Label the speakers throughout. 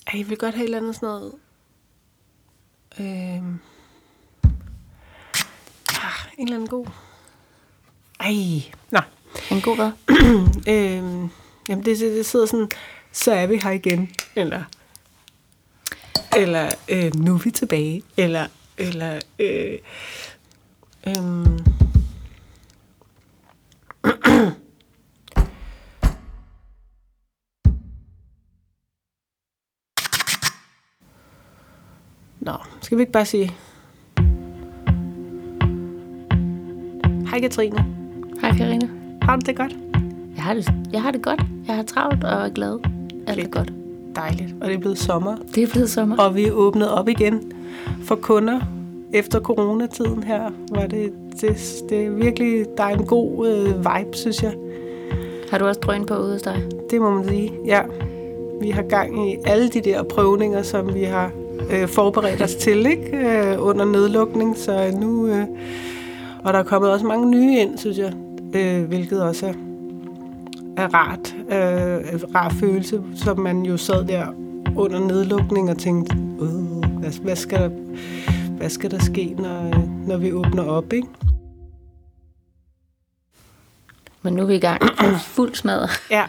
Speaker 1: Jeg vil godt have et eller andet sådan noget... en eller anden god... Nå.
Speaker 2: En god hvad?
Speaker 1: Jamen, det sidder sådan, så er vi her igen. Eller nu er vi tilbage. Eller Nå, skal vi ikke bare sige... Hej Katrine.
Speaker 2: Hej Karina.
Speaker 1: Har du det godt?
Speaker 2: Jeg har det godt. Jeg har travlt og er glad. Alt er godt.
Speaker 1: Dejligt. Og det er blevet sommer.
Speaker 2: Det er blevet sommer.
Speaker 1: Og vi er åbnet op igen for kunder efter coronatiden her. Var det er virkelig, der er en god vibe, synes jeg.
Speaker 2: Har du også drøn på ude hos dig?
Speaker 1: Det må man sige, ja. Vi har gang i alle de der prøvninger, som vi har forberedt os til, ikke? Under nedlukning. Så nu... og der er kommet også mange nye ind, synes jeg. Hvilket også er rart. Rar følelse, som man jo sad der under nedlukning og tænkte, hvad skal der ske, når vi åbner op, ikke?
Speaker 2: Men nu er vi i gang. Fuld smadret.
Speaker 1: Ja.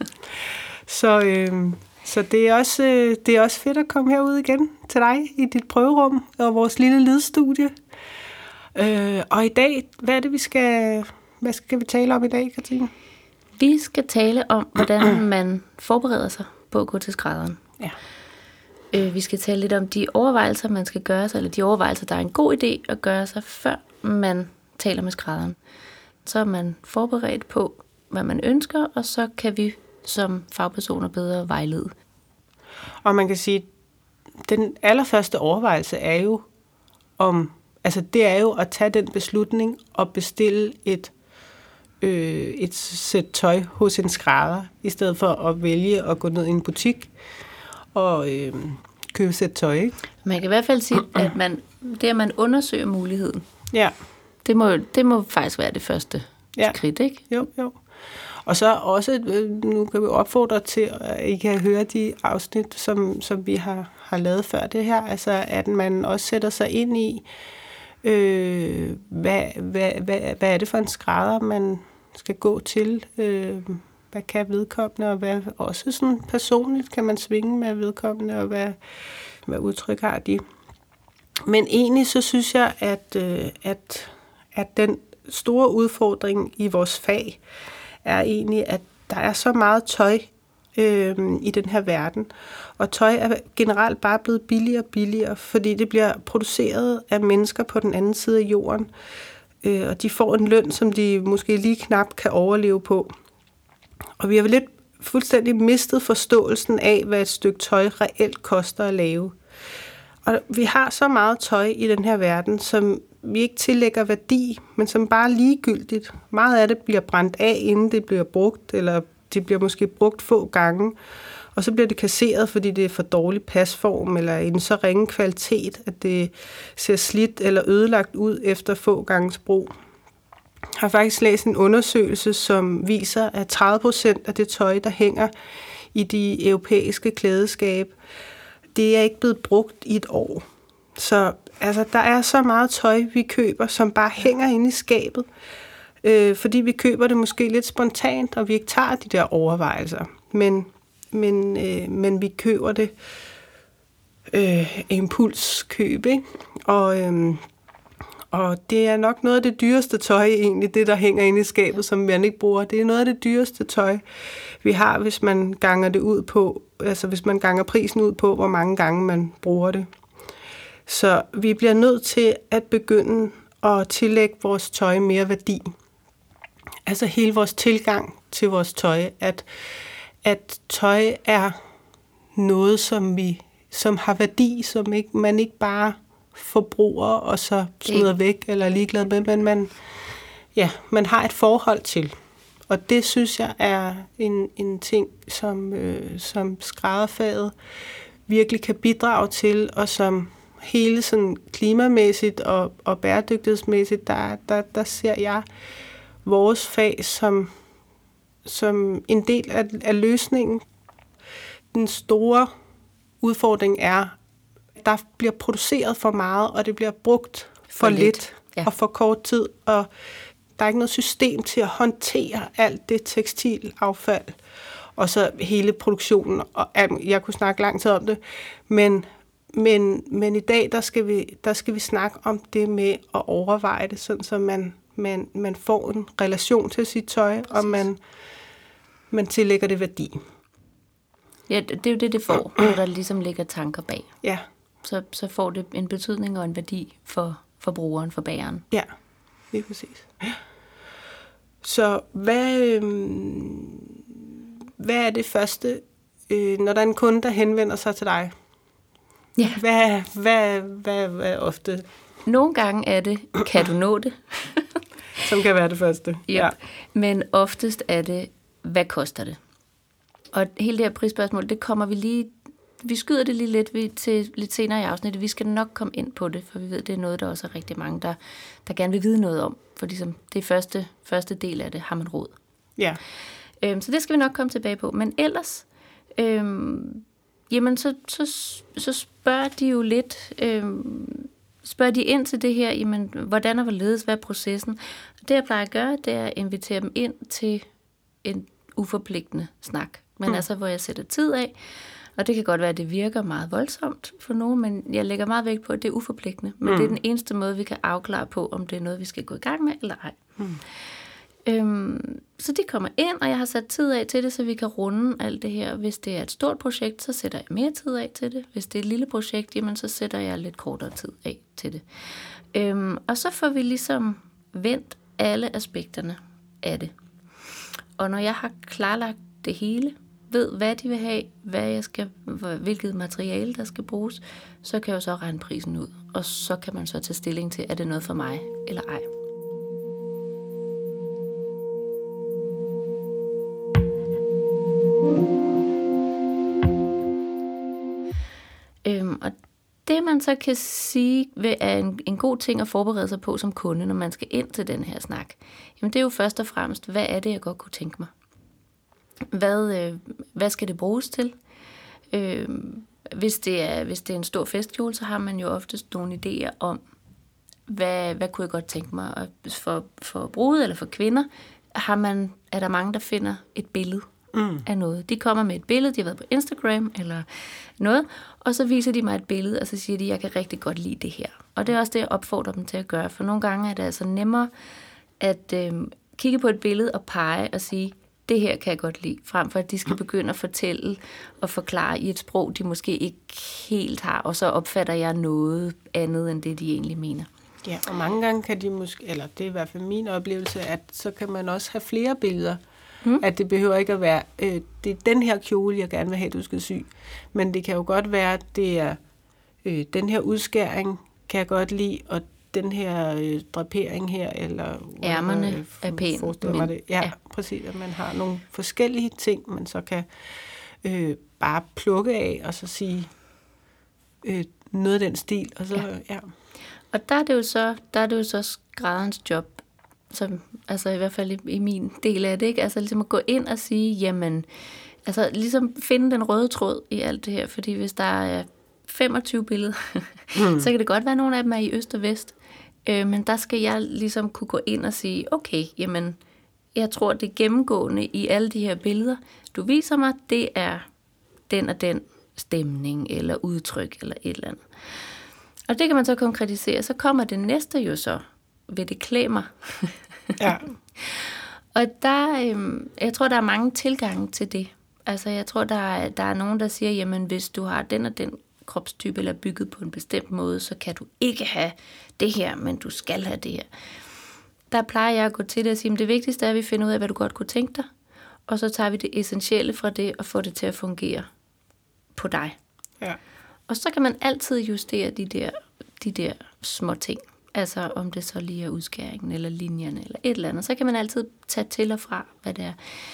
Speaker 1: Så det er også fedt at komme herud igen til dig i dit prøverum og vores lille lydstudie. Og i dag, hvad skal vi tale om i dag, Katrine?
Speaker 2: Vi skal tale om, hvordan man forbereder sig på at gå til skrædderen.
Speaker 1: Ja.
Speaker 2: Vi skal tale lidt om de overvejelser, man skal gøre sig, eller de overvejelser, der er en god idé at gøre sig, før man taler med skrædderen. Så er man forberedt på, hvad man ønsker, og så kan vi som fagpersoner bedre vejlede.
Speaker 1: Og man kan sige, den allerførste overvejelse er jo det er jo at tage den beslutning og bestille et sæt tøj hos en skrædder, i stedet for at vælge at gå ned i en butik og købe sæt tøj, ikke?
Speaker 2: Man kan i hvert fald sige, at man undersøger muligheden.
Speaker 1: Ja.
Speaker 2: Det må faktisk være det første skridt, ikke?
Speaker 1: Jo. Og så også, nu kan vi opfordre til, at I kan høre de afsnit, som vi har lavet før det her, altså at man også sætter sig ind i, hvad er det for en skrædder, man skal gå til, hvad kan vedkommende, og hvad også sådan personligt kan man svinge med vedkommende, og hvad udtryk har de. Men egentlig så synes jeg, at den store udfordring i vores fag er egentlig, at der er så meget tøj i den her verden. Og tøj er generelt bare blevet billigere og billigere, fordi det bliver produceret af mennesker på den anden side af jorden. Og de får en løn, som de måske lige knap kan overleve på. Og vi har vel lidt fuldstændig mistet forståelsen af, hvad et stykke tøj reelt koster at lave. Og vi har så meget tøj i den her verden, som vi ikke tillægger værdi, men som bare er ligegyldigt. Meget af det bliver brændt af, inden det bliver brugt, eller det bliver måske brugt få gange, og så bliver det kasseret, fordi det er for dårlig pasform, eller en så ringe kvalitet, at det ser slidt eller ødelagt ud efter få ganges brug. Jeg har faktisk læst en undersøgelse, som viser, at 30% af det tøj, der hænger i de europæiske klædeskab, det er ikke blevet brugt i et år. Så altså, der er så meget tøj, vi køber, som bare hænger inde i skabet, fordi vi køber det måske lidt spontant, og vi ikke tager de der overvejelser. Men vi køber det impulskøb, ikke? Og det er nok noget af det dyreste tøj egentlig, det der hænger inde i skabet, som man ikke bruger. Det er noget af det dyreste tøj, vi har, hvis man ganger det ud på, altså hvis man ganger prisen ud på, hvor mange gange man bruger det. Så vi bliver nødt til at begynde at tillægge vores tøj mere værdi. Altså hele vores tilgang til vores tøj, at tøj er noget, som har værdi, som man ikke bare forbruger og så smider væk eller er ligeglad med, men man har et forhold til. Og det synes jeg er en ting, som skrædderfaget virkelig kan bidrage til, og som hele sådan klimamæssigt og bæredygtighedsmæssigt, der ser jeg vores fag som en del af løsningen. Den store udfordring er, at der bliver produceret for meget, og det bliver brugt for lidt og for kort tid, og der er ikke noget system til at håndtere alt det tekstilaffald, og så hele produktionen. Og jeg kunne snakke lang tid om det, men i dag, der skal vi snakke om det med at overveje det, sådan så man får en relation til sit tøj, og man tillægger det værdi.
Speaker 2: Ja, det er jo det får, når der ligesom ligger tanker bag.
Speaker 1: Ja.
Speaker 2: Så får det en betydning og en værdi for brugeren, for bageren.
Speaker 1: Ja, lige præcis. Så hvad er det første, når der er en kunde, der henvender sig til dig?
Speaker 2: Ja.
Speaker 1: Hvad er ofte?
Speaker 2: Nogle gange er det, kan du nå det?
Speaker 1: Som kan være det første.
Speaker 2: Yep. Ja. Men oftest er det, hvad koster det? Og hele det her prisspørgsmål, det kommer vi skyder det lige lidt til lidt senere i afsnittet. Vi skal nok komme ind på det, for vi ved, det er noget, der også er rigtig mange, der gerne vil vide noget om. For ligesom det første del af det, har man råd.
Speaker 1: Ja.
Speaker 2: Så det skal vi nok komme tilbage på. Men ellers, jamen så spørger de jo lidt, spørger de ind til det her, jamen, hvordan og hvorledes, hvad er processen? Det, jeg plejer at gøre, det er at invitere dem ind til en uforpligtende snak. Men altså, hvor jeg sætter tid af, og det kan godt være, at det virker meget voldsomt for nogen, men jeg lægger meget vægt på, at det er uforpligtende. Men det er den eneste måde, vi kan afklare på, om det er noget, vi skal gå i gang med, eller ej. Så de kommer ind, og jeg har sat tid af til det, så vi kan runde alt det her. Hvis det er et stort projekt, så sætter jeg mere tid af til det. Hvis det er et lille projekt, jamen, så sætter jeg lidt kortere tid af til det. Og så får vi ligesom vendt alle aspekterne af det. Og når jeg har klarlagt det hele, ved, hvad de vil have, hvilket materiale, der skal bruges, så kan jeg jo så regne prisen ud. Og så kan man så tage stilling til, er det noget for mig eller ej. Og det, man så kan sige, er en god ting at forberede sig på som kunde, når man skal ind til den her snak, jamen det er jo først og fremmest, hvad er det, jeg godt kunne tænke mig? Hvad skal det bruges til? Hvis det er en stor festkjole, så har man jo oftest nogle idéer om, hvad kunne jeg godt tænke mig? Og for brude eller for kvinder, er der mange, der finder et billede af noget. De kommer med et billede, de har været på Instagram eller noget, og så viser de mig et billede, og så siger de, jeg kan rigtig godt lide det her. Og det er også det, jeg opfordrer dem til at gøre, for nogle gange er det altså nemmere at kigge på et billede og pege og sige, det her kan jeg godt lide, frem for at de skal begynde at fortælle og forklare i et sprog, de måske ikke helt har, og så opfatter jeg noget andet, end det de egentlig mener.
Speaker 1: Ja, og mange gange kan de måske, eller det er i hvert fald min oplevelse, at så kan man også have flere billeder. At det behøver ikke at være, det er den her kjole, jeg gerne vil have, du skal sy. Men det kan jo godt være, at det er den her udskæring, kan jeg godt lide, og den her drapering her, eller
Speaker 2: ærmerne er pænt.
Speaker 1: Ja, præcis, at man har nogle forskellige ting, man så kan bare plukke af, og så sige noget af den stil, og så, ja.
Speaker 2: Og der er det jo så skrædderens job, som, altså i hvert fald i min del af det, ikke? Altså ligesom at gå ind og sige, jamen, altså ligesom finde den røde tråd i alt det her, fordi hvis der er 25 billeder, så kan det godt være, at nogle af dem er i øst og vest, men der skal jeg ligesom kunne gå ind og sige, okay, jamen, jeg tror, det gennemgående i alle de her billeder, du viser mig, det er den og den stemning, eller udtryk, eller et eller andet. Og det kan man så konkretisere, så kommer det næste jo så, vil det klæde mig?
Speaker 1: Ja.
Speaker 2: Og jeg tror, der er mange tilgange til det. Altså, jeg tror, der er nogen, der siger, jamen, hvis du har den og den kropstype, eller bygget på en bestemt måde, så kan du ikke have det her, men du skal have det her. Der plejer jeg at gå til det og sige, at det vigtigste er, at vi finder ud af, hvad du godt kunne tænke dig, og så tager vi det essentielle fra det, og får det til at fungere på dig.
Speaker 1: Ja.
Speaker 2: Og så kan man altid justere de der små ting. Altså om det så lige er udskæringen, eller linjerne, eller et eller andet. Så kan man altid tage til og fra, hvad det er.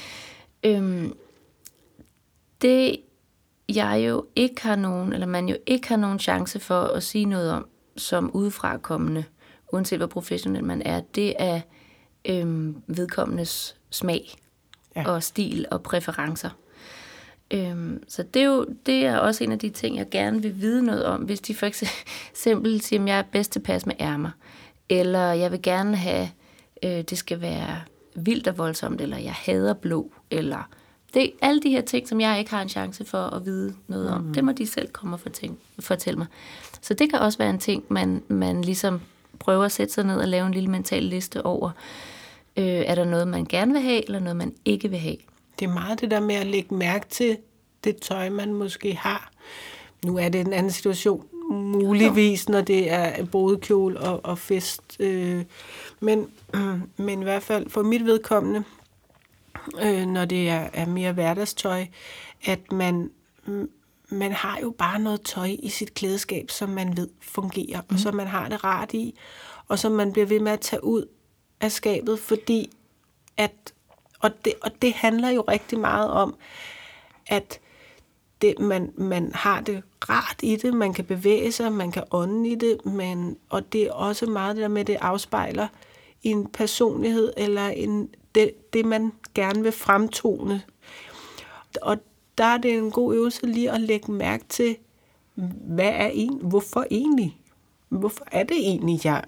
Speaker 2: Det jeg jo ikke har nogen, eller man jo ikke har nogen chance for at sige noget om, som udefrakommende, uanset hvor professionel man er, det er vedkommendes smag og stil og præferencer. Så det er også en af de ting, jeg gerne vil vide noget om. Hvis de for eksempel siger, at jeg er bedst tilpas med ærmer, eller jeg vil gerne have, det skal være vildt og voldsomt, eller jeg hader blå, eller det, alle de her ting, som jeg ikke har en chance for at vide noget om, det må de selv komme og fortælle mig. Så det kan også være en ting, man ligesom prøver at sætte sig ned og lave en lille mental liste over. Er der noget, man gerne vil have, eller noget, man ikke vil have?
Speaker 1: Det er meget det der med at lægge mærke til det tøj, man måske har. Nu er det en anden situation, muligvis, når det er brudekjole og fest. Men i hvert fald for mit vedkommende, når det er mere hverdagstøj, at man har jo bare noget tøj i sit klædeskab, som man ved fungerer, og som man har det rart i, og som man bliver ved med at tage ud af skabet, fordi det handler jo rigtig meget om, at man har det rart i det, man kan bevæge sig, man kan ånde i det, og det er også meget det der med, det afspejler en personlighed, eller det man gerne vil fremtone. Og der er det en god øvelse lige at lægge mærke til, hvorfor egentlig? Hvorfor er det egentlig, jeg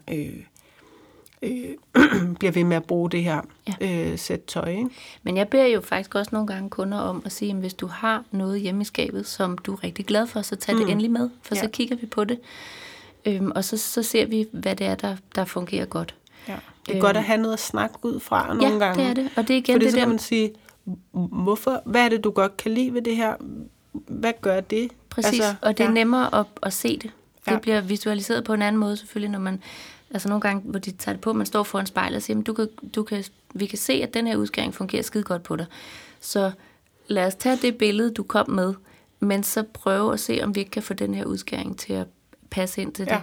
Speaker 1: bliver ved med at bruge det her sæt tøj, ikke?
Speaker 2: Men jeg beder jo faktisk også nogle gange kunder om at sige, at hvis du har noget hjemme i skabet, som du er rigtig glad for, så tag det endelig med, for så kigger vi på det. Og så ser vi, hvad det er, der fungerer godt.
Speaker 1: Ja. Det er godt at have noget at snakke ud fra nogle gange.
Speaker 2: Ja, det er det. Og det er igen
Speaker 1: fordi
Speaker 2: det
Speaker 1: så
Speaker 2: der...
Speaker 1: kan man sige, hvad er det, du godt kan lide ved det her? Hvad gør det?
Speaker 2: Præcis, og det er nemmere at se det. Det bliver visualiseret på en anden måde selvfølgelig, når man... Altså nogle gange, hvor de tager det på, man står foran spejlet og siger, vi kan se, at den her udskæring fungerer skide godt på dig. Så lad os tage det billede, du kom med, men så prøve at se, om vi ikke kan få den her udskæring til at passe ind til det.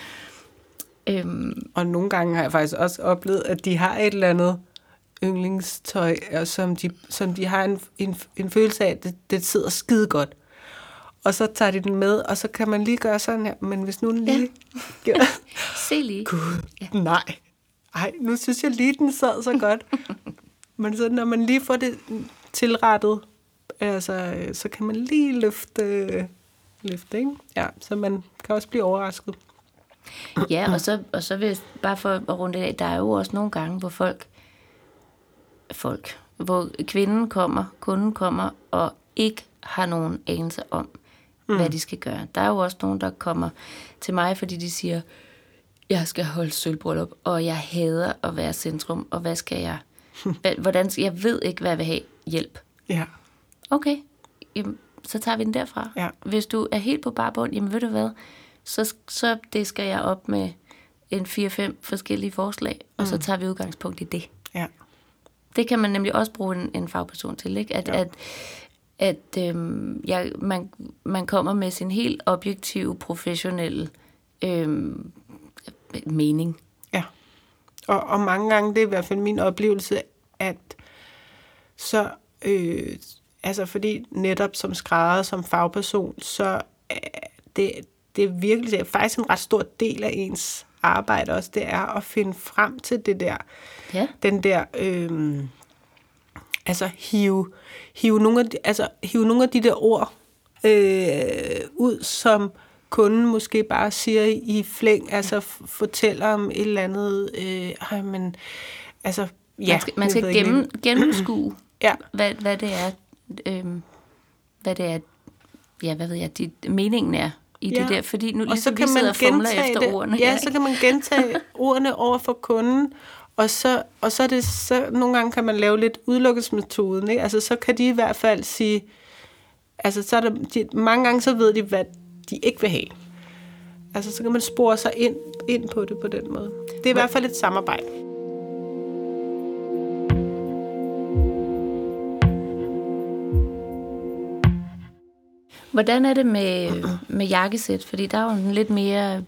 Speaker 1: Og nogle gange har jeg faktisk også oplevet, at de har et eller andet yndlingstøj, som de har en følelse af, at det sidder skide godt. Og så tager de den med, og så kan man lige gøre sådan her. Men hvis nu den lige...
Speaker 2: Se lige.
Speaker 1: Gud, nej. Ej, nu synes jeg lige, den sad så godt. Men så når man lige får det tilrettet, altså, så kan man lige løfte, ikke? Ja, så man kan også blive overrasket.
Speaker 2: Ja, og så vil jeg, bare for at runde det af, der er jo også nogle gange, hvor hvor kunden kommer og ikke har nogen anelse om, hvad de skal gøre. Der er jo også nogen, der kommer til mig, fordi de siger, jeg skal holde sølvbryllup, og jeg hader at være centrum, og hvad skal jeg? Jeg ved ikke, hvad jeg vil have. Hjælp. Ja. Okay, jamen, så tager vi den derfra. Ja. Hvis du er helt på bar bund, jamen ved du hvad, så det skal jeg op med en 4-5 forskellige forslag, og så tager vi udgangspunkt i det. Ja. Det kan man nemlig også bruge en fagperson til, ikke? Man kommer med sin helt objektive, professionelle mening. Ja, og mange gange, det er i hvert fald min oplevelse, at så, altså fordi netop som skrædder, som fagperson, så det er virkelig, det er faktisk en ret stor del af ens arbejde også, det er at finde frem til det der, den der, altså hive nogle af de der ord ud, som kunden måske bare siger i flæng, altså fortæller om et eller andet, men altså, ja. Man skal gennemskue, hvad det er, meningen er i det der, fordi nu ligesom vi sidder og fumler efter ordene.
Speaker 1: Ja, så kan man gentage ordene over for kunden, og så er det så nogle gange kan man lave lidt udelukkelsesmetoden, ikke? Altså så kan de i hvert fald sige, altså så er der mange gange så ved de hvad de ikke vil have. Altså så kan man spore sig ind på det på den måde. Det er i hvert fald et samarbejde.
Speaker 2: Hvordan er det med jakkesæt? Fordi der er jo en lidt mere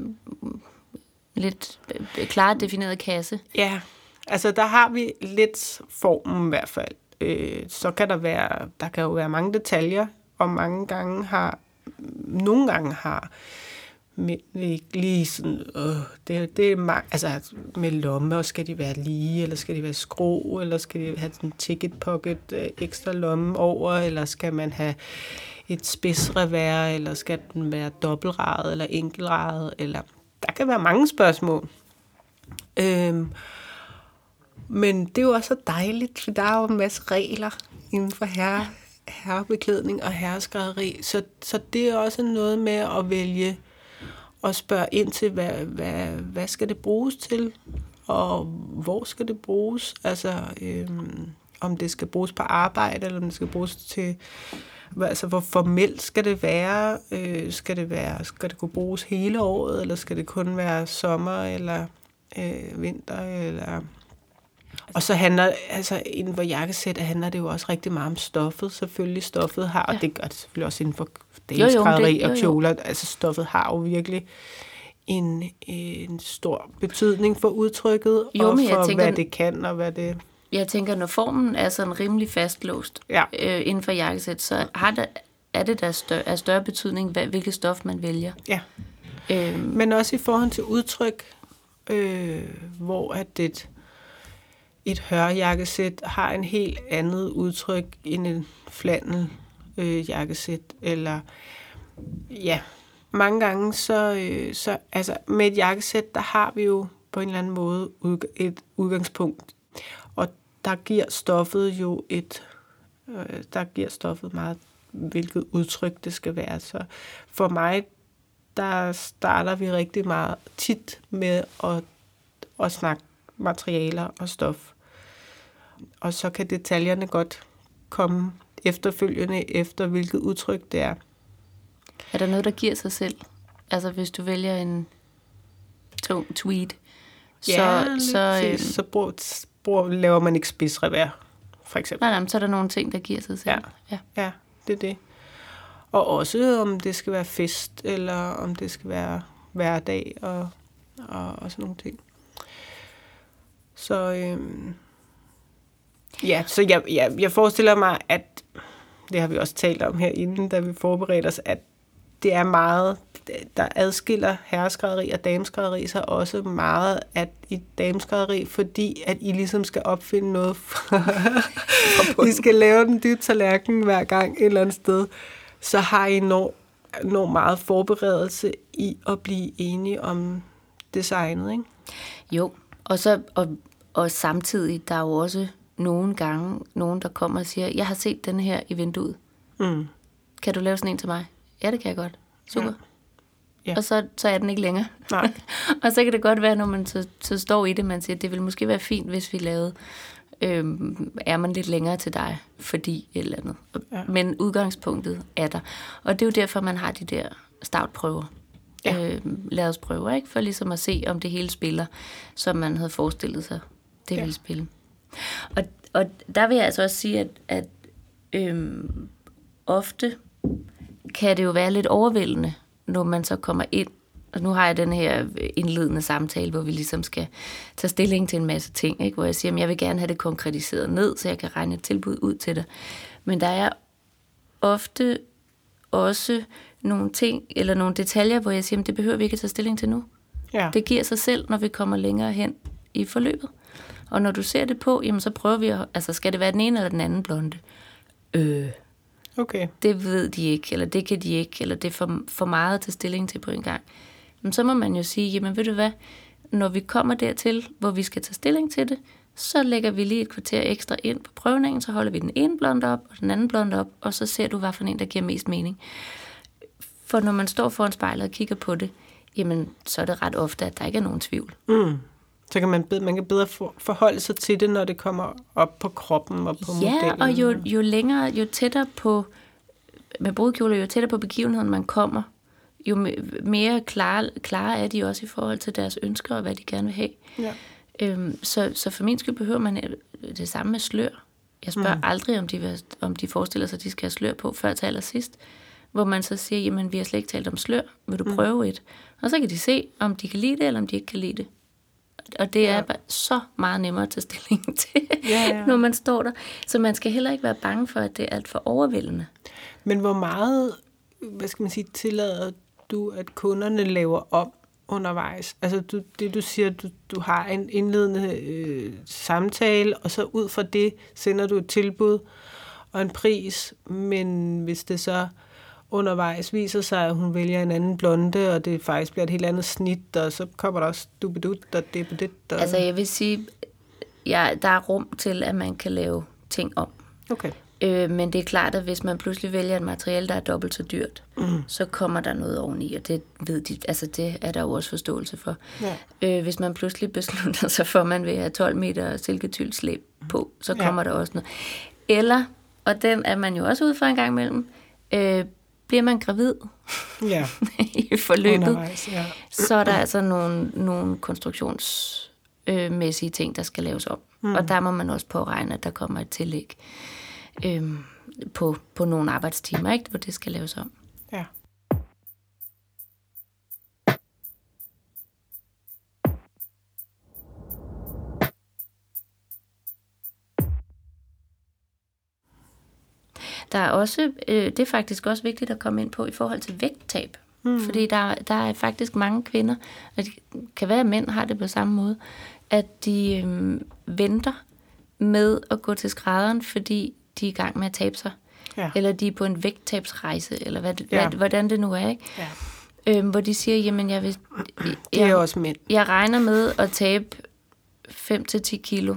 Speaker 2: klart defineret kasse.
Speaker 1: Ja, altså der har vi lidt formen i hvert fald. Så kan der kan jo være mange detaljer, og nogle gange har mænd ikke lige sådan, det er altså med lomme, og skal de være lige, eller skal de være skrå, eller skal de have sådan en ticket pocket ekstra lomme over, eller skal man have et spidsrevers, eller skal den være dobbeltradet, eller enkeltradet, eller der kan være mange spørgsmål. Men det er jo også så dejligt, for der er jo en masse regler inden for herrebeklædning og herreskrædderi, så det er også noget med at vælge og spørge ind til, hvad skal det bruges til, og hvor skal det bruges, altså om det skal bruges på arbejde, eller om det skal bruges til, altså hvor formelt skal det være, skal det kunne bruges hele året, eller skal det kun være sommer, eller vinter, eller... Og så handler, altså inden for jakkesæt, handler det jo også rigtig meget om stoffet. Selvfølgelig stoffet har, og det gør det selvfølgelig også inden for dameskrædderi og kjoler. Altså stoffet har jo virkelig en stor betydning for udtrykket, og for hvad det kan, og hvad det...
Speaker 2: Jeg tænker, når formen er sådan rimelig fastlåst inden for jakkesæt, så er det der af større betydning, hvilket stof man vælger. Ja,
Speaker 1: men også i forhold til udtryk, hvor at et hørjakkesæt har en helt andet udtryk end en flannel jakkesæt, eller mange gange så altså med et jakkesæt, der har vi jo på en eller anden måde et udgangspunkt, og der giver stoffet meget, hvilket udtryk det skal være. Så for mig, der starter vi rigtig meget tit med at snakke materialer og stof. Og så kan detaljerne godt komme efterfølgende efter, hvilket udtryk det er.
Speaker 2: Er der noget, der giver sig selv? Altså hvis du vælger en tung tweed,
Speaker 1: laver man ikke spidsrevers, for eksempel.
Speaker 2: Nej, så er der nogle ting, der giver sig selv.
Speaker 1: Ja, det er det. Og også om det skal være fest, eller om det skal være hverdag, og sådan nogle ting. Så jeg forestiller mig, at det har vi også talt om herinde, da vi forberedte os, at det er meget, der adskiller herreskrædderi og dameskrædderi sig også meget at i dameskrædderi, fordi at I ligesom skal opfinde noget I skal lave den dybe tallerken hver gang et eller andet sted, så har I enormt meget forberedelse i at blive enige om designet, ikke?
Speaker 2: Jo, og samtidig, der er jo også nogle gange nogen, der kommer og siger, jeg har set den her i vinduet. Kan du lave sådan en til mig? Ja, det kan jeg godt. Super. Ja. Og så er den ikke længere. Nej. Og så kan det godt være, når man så står i det, man siger, det ville måske være fint, hvis vi lavede ærmen lidt længere til dig, fordi et eller andet. Ja. Men udgangspunktet er der. Og det er jo derfor, man har de der startprøver. Lærredsprøver, ikke? For ligesom at se, om det hele spiller, som man havde forestillet sig, det ville spille. Og der vil jeg altså også sige, at ofte kan det jo være lidt overvældende, når man så kommer ind. Og nu har jeg den her indledende samtale, hvor vi ligesom skal tage stilling til en masse ting, ikke? Hvor jeg siger, at jeg vil gerne have det konkretiseret ned, så jeg kan regne et tilbud ud til dig. Men der er ofte også nogle ting, eller nogle detaljer, hvor jeg siger, at det behøver vi ikke at tage stilling til nu. Ja. Det giver sig selv, når vi kommer længere hen i forløbet. Og når du ser det på, jamen så prøver vi skal det være den ene eller den anden blonde?
Speaker 1: Okay.
Speaker 2: Det ved de ikke, eller det kan de ikke, eller det er for meget at tage stilling til på en gang. Men så må man jo sige, jamen ved du hvad, når vi kommer dertil, hvor vi skal tage stilling til det, så lægger vi lige et kvarter ekstra ind på prøvningen, så holder vi den ene blonde op, og den anden blonde op, og så ser du, hvad for en, der giver mest mening. For når man står foran spejlet og kigger på det, jamen så er det ret ofte, at der ikke er nogen tvivl.
Speaker 1: Så kan man kan bedre forholde sig til det, når det kommer op på kroppen og på modellen.
Speaker 2: Ja, og jo længere, jo tættere på, med brudkjoler, jo tættere på begivenheden man kommer, jo mere klare er de også i forhold til deres ønsker og hvad de gerne vil have. Ja. Så for min skyld behøver man det samme med slør. Jeg spørger aldrig, om de forestiller sig, at de skal have slør på før til allersidst, hvor man så siger, jamen vi har slet ikke talt om slør, vil du prøve et? Og så kan de se, om de kan lide det, eller om de ikke kan lide det. Og det er bare så meget nemmere at tage stilling til, når man står der. Så man skal heller ikke være bange for, at det er alt for overvældende.
Speaker 1: Men hvor meget, tillader du, at kunderne laver om undervejs? Altså du siger, du har en indledende samtale, og så ud fra det sender du et tilbud og en pris, men hvis det så undervejs viser sig, at hun vælger en anden blonde, og det faktisk bliver et helt andet snit, og så kommer der også dubedut og det.
Speaker 2: Altså jeg vil sige, der er rum til, at man kan lave ting om.
Speaker 1: Okay.
Speaker 2: Men det er klart, at hvis man pludselig vælger et materiale, der er dobbelt så dyrt, så kommer der noget oveni, og det ved de, altså det er der jo også forståelse for. Ja. Hvis man pludselig beslutter sig for, at man vil have 12 meter silketylslæb på, så kommer der også noget. Eller, og den er man jo også ude for en gang imellem, bliver man gravid i forløbet, så er der altså nogle konstruktionsmæssige ting, der skal laves om. Og der må man også påregne, at der kommer et tillæg på nogle arbejdstimer, ikke, hvor det skal laves om.
Speaker 1: Ja.
Speaker 2: Der er også, det er faktisk også vigtigt at komme ind på i forhold til vægttab. Fordi der er faktisk mange kvinder, og det kan være, at mænd har det på samme måde, at de venter med at gå til skrædderen, fordi de er i gang med at tabe sig. Ja. Eller de er på en vægttabsrejse, eller hvordan det nu er, ikke? Ja. Hvor de siger, jamen jeg vil...
Speaker 1: Det er også mænd.
Speaker 2: Jeg regner med at tabe 5-10 kilo,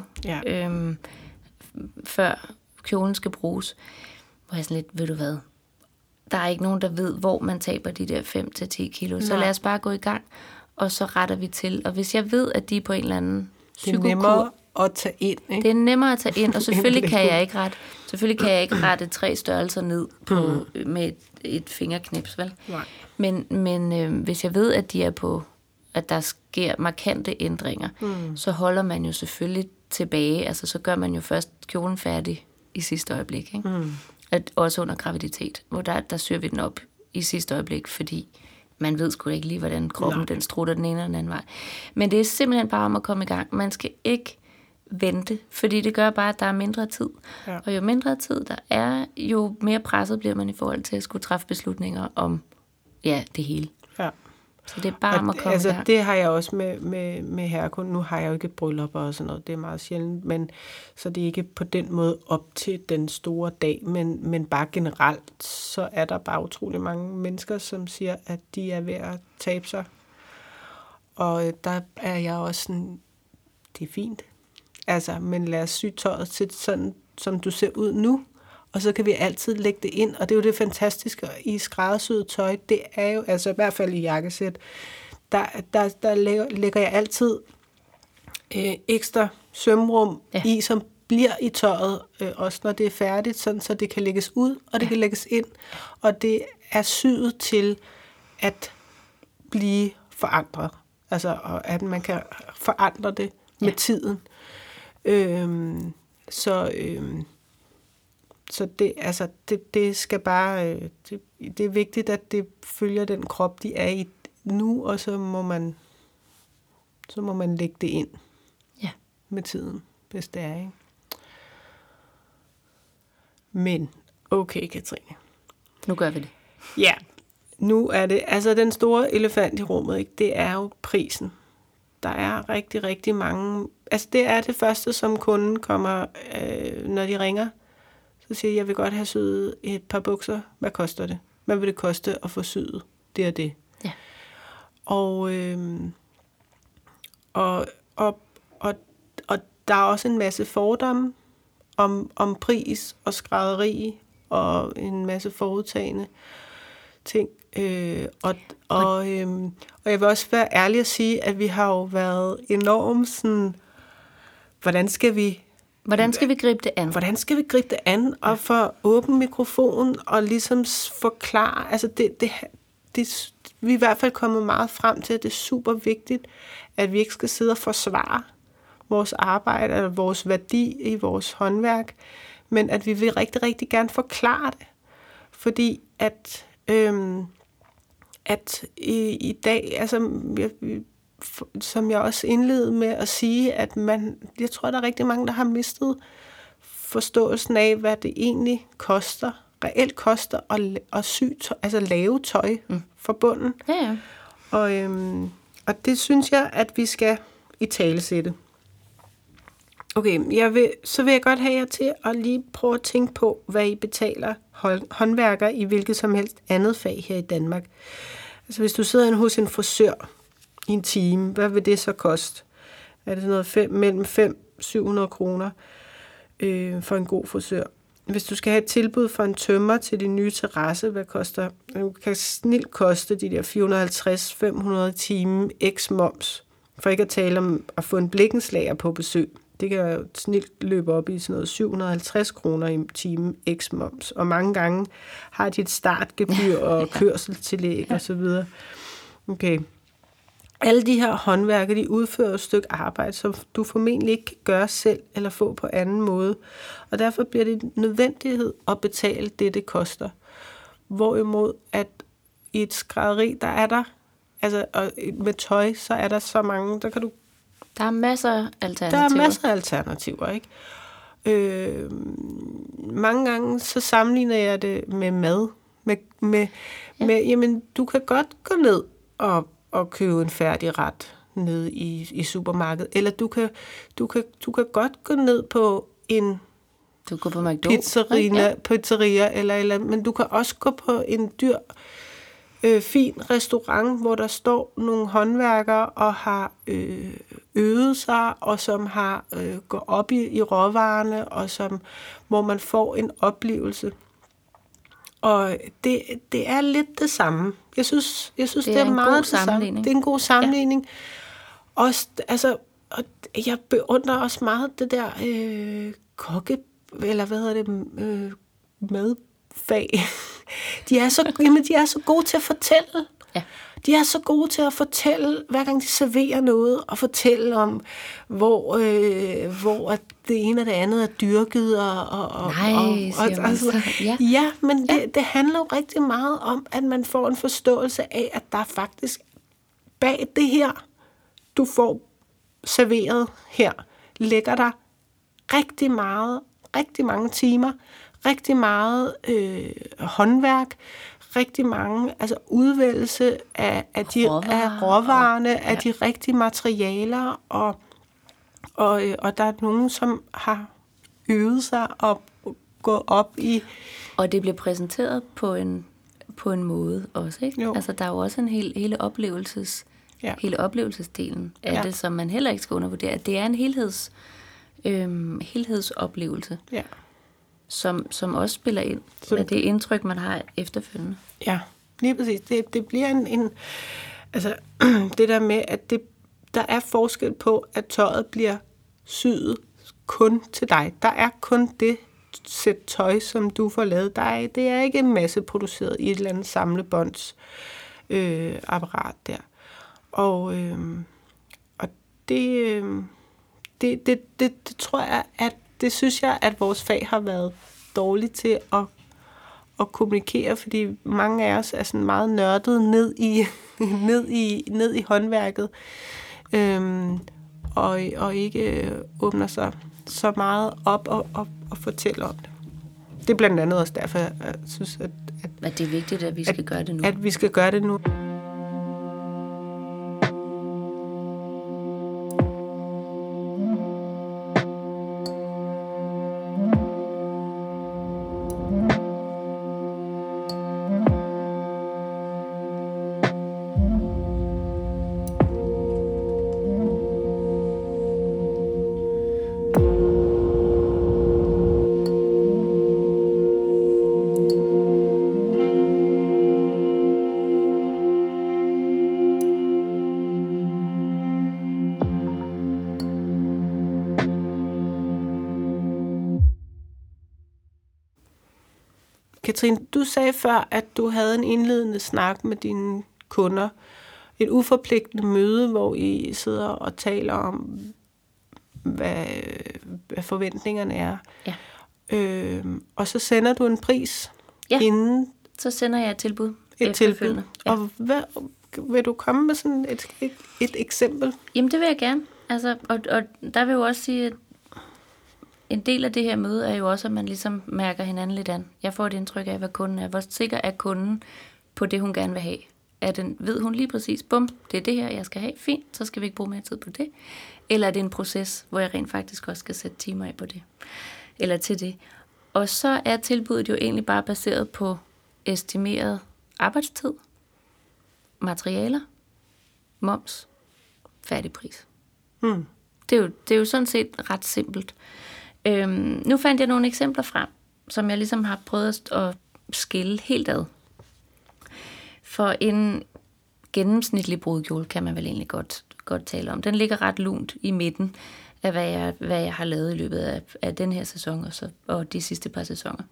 Speaker 2: før kjolen skal bruges. Hvor jeg sådan lidt, ved du hvad? Der er ikke nogen, der ved, hvor man taber de der 5-10 kilo. Så lad os bare gå i gang, og så retter vi til. Og hvis jeg ved, at de er på en eller anden psykokur...
Speaker 1: Det er nemmere at tage ind, ikke?
Speaker 2: Det er nemmere at tage ind, og selvfølgelig kan jeg ikke rette 3 størrelser ned på, med et fingerknips, vel? Nej. Men hvis jeg ved, at de er på, at der sker markante ændringer, så holder man jo selvfølgelig tilbage. Altså, så gør man jo først kjolen færdig i sidste øjeblik, ikke? Også under graviditet, hvor der syr vi den op i sidste øjeblik, fordi man ved sgu ikke lige, hvordan kroppen den strutter den ene eller den anden vej. Men det er simpelthen bare om at komme i gang. Man skal ikke vente, fordi det gør bare, at der er mindre tid. Ja. Og jo mindre tid der er, jo mere presset bliver man i forhold til at skulle træffe beslutninger om det hele. Ja. Så det er bare om at komme der.
Speaker 1: Det har jeg også med herrekunden. Nu har jeg jo ikke bryllup og sådan noget, det er meget sjældent, men så det er ikke på den måde op til den store dag, men bare generelt, så er der bare utrolig mange mennesker, som siger, at de er ved at tabe sig. Og der er jeg også sådan, det er fint. Altså, men lad os sy tøjet til sådan, som du ser ud nu, og så kan vi altid lægge det ind, og det er jo det fantastiske i skræddersyet tøj, det er jo, altså i hvert fald i jakkesæt, der lægger jeg altid ekstra sømrum i, som bliver i tøjet, også når det er færdigt, sådan, så det kan lægges ud, og det kan lægges ind, og det er syet til at blive forandret, altså at man kan forandre det med tiden. Så det skal bare, det er vigtigt, at det følger den krop, de er i nu, og så må man lægge det ind med tiden, hvis det er, ikke? Men, okay, Katrine.
Speaker 2: Nu gør vi det.
Speaker 1: Ja, nu er det, altså den store elefant i rummet, ikke? Det er jo prisen. Der er rigtig, rigtig mange, altså det er det første, som kunden kommer, når de ringer, så siger jeg vil godt have syet et par bukser. Hvad koster det? Hvad vil det koste at få syet? Det er det. Ja. Og der er også en masse fordomme om pris og skrædderi og en masse forudtagende ting. Og jeg vil også være ærlig at sige, at vi har jo været enormt sådan, hvordan skal vi gribe det an? Hvordan skal vi gribe det an og få åben mikrofon og ligesom forklare, altså vi er i hvert fald kommet meget frem til, at det er super vigtigt, at vi ikke skal sidde og forsvare vores arbejde eller vores værdi i vores håndværk, men at vi vil rigtig, rigtig gerne forklare det. Fordi at i dag, altså som jeg også indledede med at sige, at jeg tror, der er rigtig mange, der har mistet forståelsen af, hvad det egentlig koster reelt koster at sy altså lave tøj fra bunden.
Speaker 2: Ja.
Speaker 1: Og det synes jeg, at vi skal italesætte. Okay, så vil jeg godt have jer til at lige prøve at tænke på, hvad I betaler håndværkere i hvilket som helst andet fag her i Danmark. Altså hvis du sidder hos en frisør i en time, hvad vil det så koste? Er det noget mellem 500-700 kroner for en god frisør? Hvis du skal have et tilbud for en tømrer til din nye terrasse, hvad koster? Det kan snilt koste de der 450-500 timer x moms. For ikke at tale om at få en blikkenslager på besøg. Det kan jo snilt løbe op i sådan noget 750 kroner i timen x moms. Og mange gange har de et startgebyr og kørselstillæg og så videre. Okay. Alle de her håndværkere, de udfører et stykke arbejde, som du formentlig ikke kan gøre selv eller få på anden måde. Og derfor bliver det en nødvendighed at betale det koster. Hvorimod at i et skrædderi, der er der, altså og med tøj, så er der så mange,
Speaker 2: der er masser af alternativer.
Speaker 1: Der er masser af alternativer, ikke? Mange gange så sammenligner jeg det med mad. Jamen, du kan godt gå ned og købe en færdig ret nede i supermarkedet. Eller du kan godt gå ned på en pizzeria eller, men du kan også gå på en dyr fin restaurant, hvor der står nogle håndværkere og har øvet sig, og som har gået op i råvarerne, og hvor man får en oplevelse. Og det er lidt det samme. Jeg synes det er meget det samme. Det er en god sammenligning. Ja. Også, altså, og jeg beundrer også meget det der kokke, eller hvad hedder det, madfag. De er så gode til at fortælle. Ja. De er så gode til at fortælle, hver gang de serverer noget, og fortælle om, hvor det ene og det andet er dyrket. Ja, men det handler jo rigtig meget om, at man får en forståelse af, at der faktisk bag det her, du får serveret her, ligger der rigtig mange timer, rigtig meget håndværk, rigtig mange, altså udvælgelse af råvarerne, af de rigtige materialer, og der er nogen, som har øvet sig og gået op i...
Speaker 2: Og det bliver præsenteret på en måde også, ikke? Jo. Altså, der er jo også en hele oplevelsesdelen af det, som man heller ikke skal undervurdere. Det er en helhedsoplevelse. Ja. Som også spiller ind med det indtryk, man har efterfølgende.
Speaker 1: Ja, lige præcis. Det bliver altså det der med, at der er forskel på, at tøjet bliver syet kun til dig. Der er kun det sæt tøj, som du får lavet. Det er ikke masseproduceret i et eller andet samlebånds apparat der. Og det tror jeg, at det synes jeg, at vores fag har været dårligt til at kommunikere, fordi mange af os er sådan meget nørdet ned i håndværket, og ikke åbner sig så meget op og fortæller om det. Det er blandt andet også derfor, jeg synes,
Speaker 2: at det er vigtigt, at vi skal gøre det nu.
Speaker 1: At vi skal gøre det nu. Katrine, du sagde før, at du havde en indledende snak med dine kunder. Et uforpligtende møde, hvor I sidder og taler om, hvad forventningerne er. Ja. Og så sender du en pris inden.
Speaker 2: Så sender jeg et tilbud.
Speaker 1: Et tilbud. Ja. Og vil du komme med sådan et eksempel?
Speaker 2: Jamen, det vil jeg gerne. Altså, og der vil jeg jo også sige, en del af det her møde er jo også, at man ligesom mærker hinanden lidt an. Jeg får et indtryk af, hvad kunden er. Hvor sikker er kunden på det, hun gerne vil have? Ved hun lige præcis, bum, det er det her, jeg skal have, fint, så skal vi ikke bruge mere tid på det. Eller er det en proces, hvor jeg rent faktisk også skal sætte timer af på det? Eller til det. Og så er tilbuddet jo egentlig bare baseret på estimeret arbejdstid, materialer, moms, færdig pris. Det er jo sådan set ret simpelt. Nu fandt jeg nogle eksempler frem, som jeg ligesom har prøvet at skille helt ad. For en gennemsnitlig brudekjole kan man vel egentlig godt tale om. Den ligger ret lunt i midten af, hvad jeg har lavet i løbet af den her sæson og de sidste par sæsoner.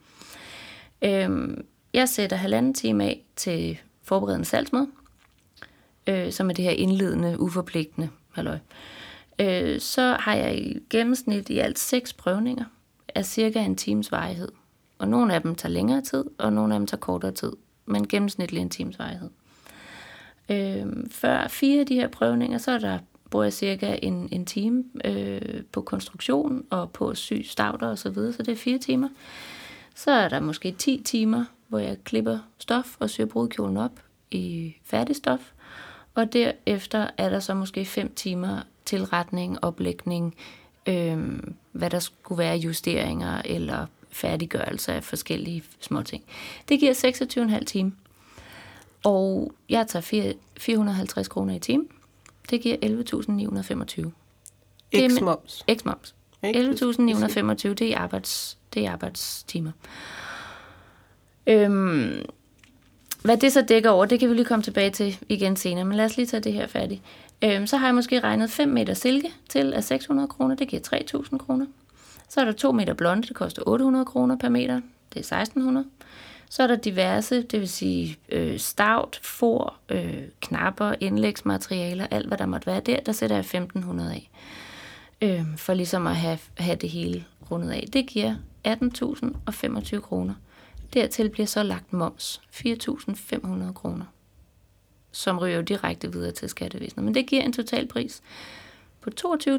Speaker 2: Jeg sætter 1,5 time af til forberedende salgsmøde, som er det her indledende, uforpligtende halløj. Så har jeg i gennemsnit i alt 6 prøvninger af cirka 1 times varighed. Og nogle af dem tager længere tid, og nogle af dem tager kortere tid, men gennemsnitlig 1 times varighed. Før 4 af de her prøvninger, så bruger jeg cirka en time på konstruktion og på at sy stauter og så videre, så det er 4 timer. Så er der måske 10 timer, hvor jeg klipper stof og syr brudekjolen op i færdig stof. Og derefter er der så måske 5 timer tilretning, oplægning, hvad der skulle være justeringer eller færdiggørelse af forskellige småting. Det giver 26,5 timer. Og jeg tager 450 kroner i timen. Det giver 11.925.
Speaker 1: X-moms.
Speaker 2: X-moms. 11.925, det er arbejdstimer. Hvad det så dækker over, det kan vi lige komme tilbage til igen senere, men lad os lige tage det her færdigt. Så har jeg måske regnet 5 meter silke til af 600 kroner, det giver 3.000 kroner. Så er der 2 meter blonde, det koster 800 kroner per meter, det er 1.600. Så er der diverse, det vil sige stavt, for, knapper, indlægsmaterialer, alt hvad der måtte være der sætter jeg 1.500 af. For ligesom at have det hele rundet af. Det giver 18.025 kroner. Dertil bliver så lagt moms, 4.500 kroner, som ryger direkte videre til skattevæsenet. Men det giver en totalpris på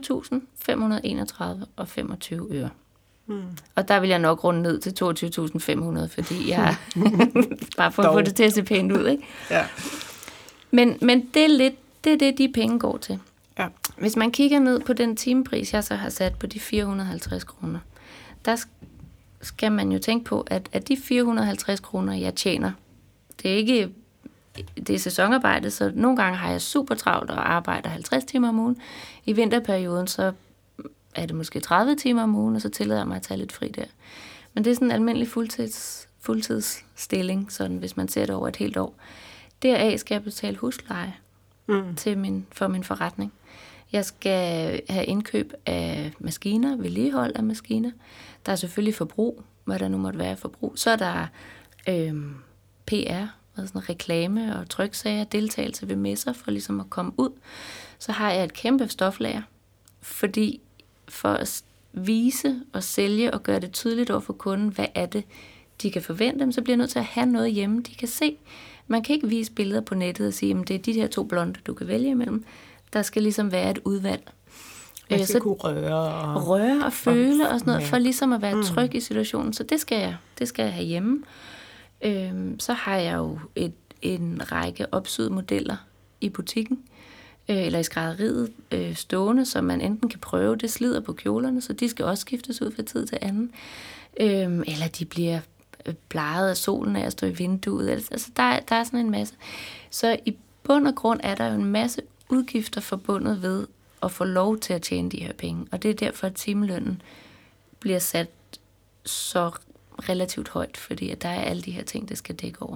Speaker 2: 22.531,25 øre. Og der vil jeg nok runde ned til 22.500, fordi jeg bare for at få det til at se pænt ud, ikke?
Speaker 1: Ja.
Speaker 2: Men det er det, de penge går til.
Speaker 1: Ja.
Speaker 2: Hvis man kigger ned på den timepris, jeg så har sat på de 450 kroner, der skal man jo tænke på, at de 450 kroner, jeg tjener, det er sæsonarbejde, så nogle gange har jeg super travlt og arbejder 50 timer om ugen. I vinterperioden, så er det måske 30 timer om ugen, og så tillader jeg mig at tage lidt fri der. Men det er sådan en almindelig fuldtidsstilling, sådan hvis man ser det over et helt år. Deraf skal jeg betale husleje for min forretning. Jeg skal have indkøb af maskiner, vedligehold af maskiner. Der er selvfølgelig forbrug, hvad der nu måtte være forbrug. Så er der PR, sådan reklame og tryksager, deltagelse ved messer for ligesom at komme ud. Så har jeg et kæmpe stoflager, fordi for at vise og sælge og gøre det tydeligt over for kunden, hvad er det, de kan forvente, så bliver jeg nødt til at have noget hjemme, de kan se. Man kan ikke vise billeder på nettet og sige, at det er de her 2 blonde, du kan vælge imellem. Der skal ligesom være et udvalg.
Speaker 1: Man skal kunne
Speaker 2: røre og føle og sådan noget, for ligesom at være tryg i situationen. Så det skal jeg have hjemme. Så har jeg jo en række opsyede modeller i butikken, eller i skrædderiet stående, som man enten kan prøve. Det slider på kjolerne, så de skal også skiftes ud fra tid til anden. Eller de bliver bleget af solen af at stå i vinduet. Altså, der er sådan en masse. Så i bund og grund er der jo en masse udgifter forbundet ved at få lov til at tjene de her penge. Og det er derfor, at timelønnen bliver sat så relativt højt, fordi at der er alle de her ting, der skal dække over.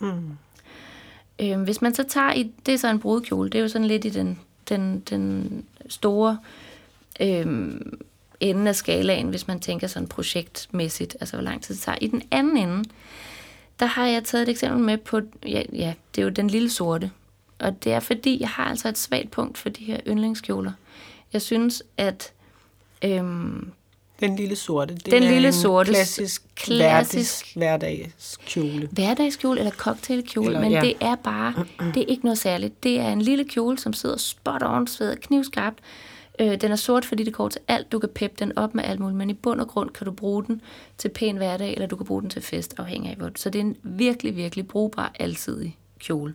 Speaker 2: Hvis man så tager det er så en brudekjole, det er jo sådan lidt i den store ende af skalaen, hvis man tænker sådan projektmæssigt, altså hvor lang tid det tager. I den anden ende, der har jeg taget et eksempel med på, ja, det er jo den lille sorte. Og det er fordi, jeg har altså et svagt punkt for de her yndlingskjoler. Jeg synes, at
Speaker 1: den lille sorte, det
Speaker 2: den
Speaker 1: er
Speaker 2: lille
Speaker 1: en
Speaker 2: sorte,
Speaker 1: klassisk hverdagskjole.
Speaker 2: Hverdagskjole eller cocktailkjole, men det er bare, det er ikke noget særligt. Det er en lille kjole, som sidder spot on, sveder knivskarpt. Den er sort, fordi det går til alt. Du kan peppe den op med alt muligt, men i bund og grund kan du bruge den til pæn hverdag, eller du kan bruge den til fest, afhængig af hvor. Så det er en virkelig, virkelig brugbar, alsidig kjole.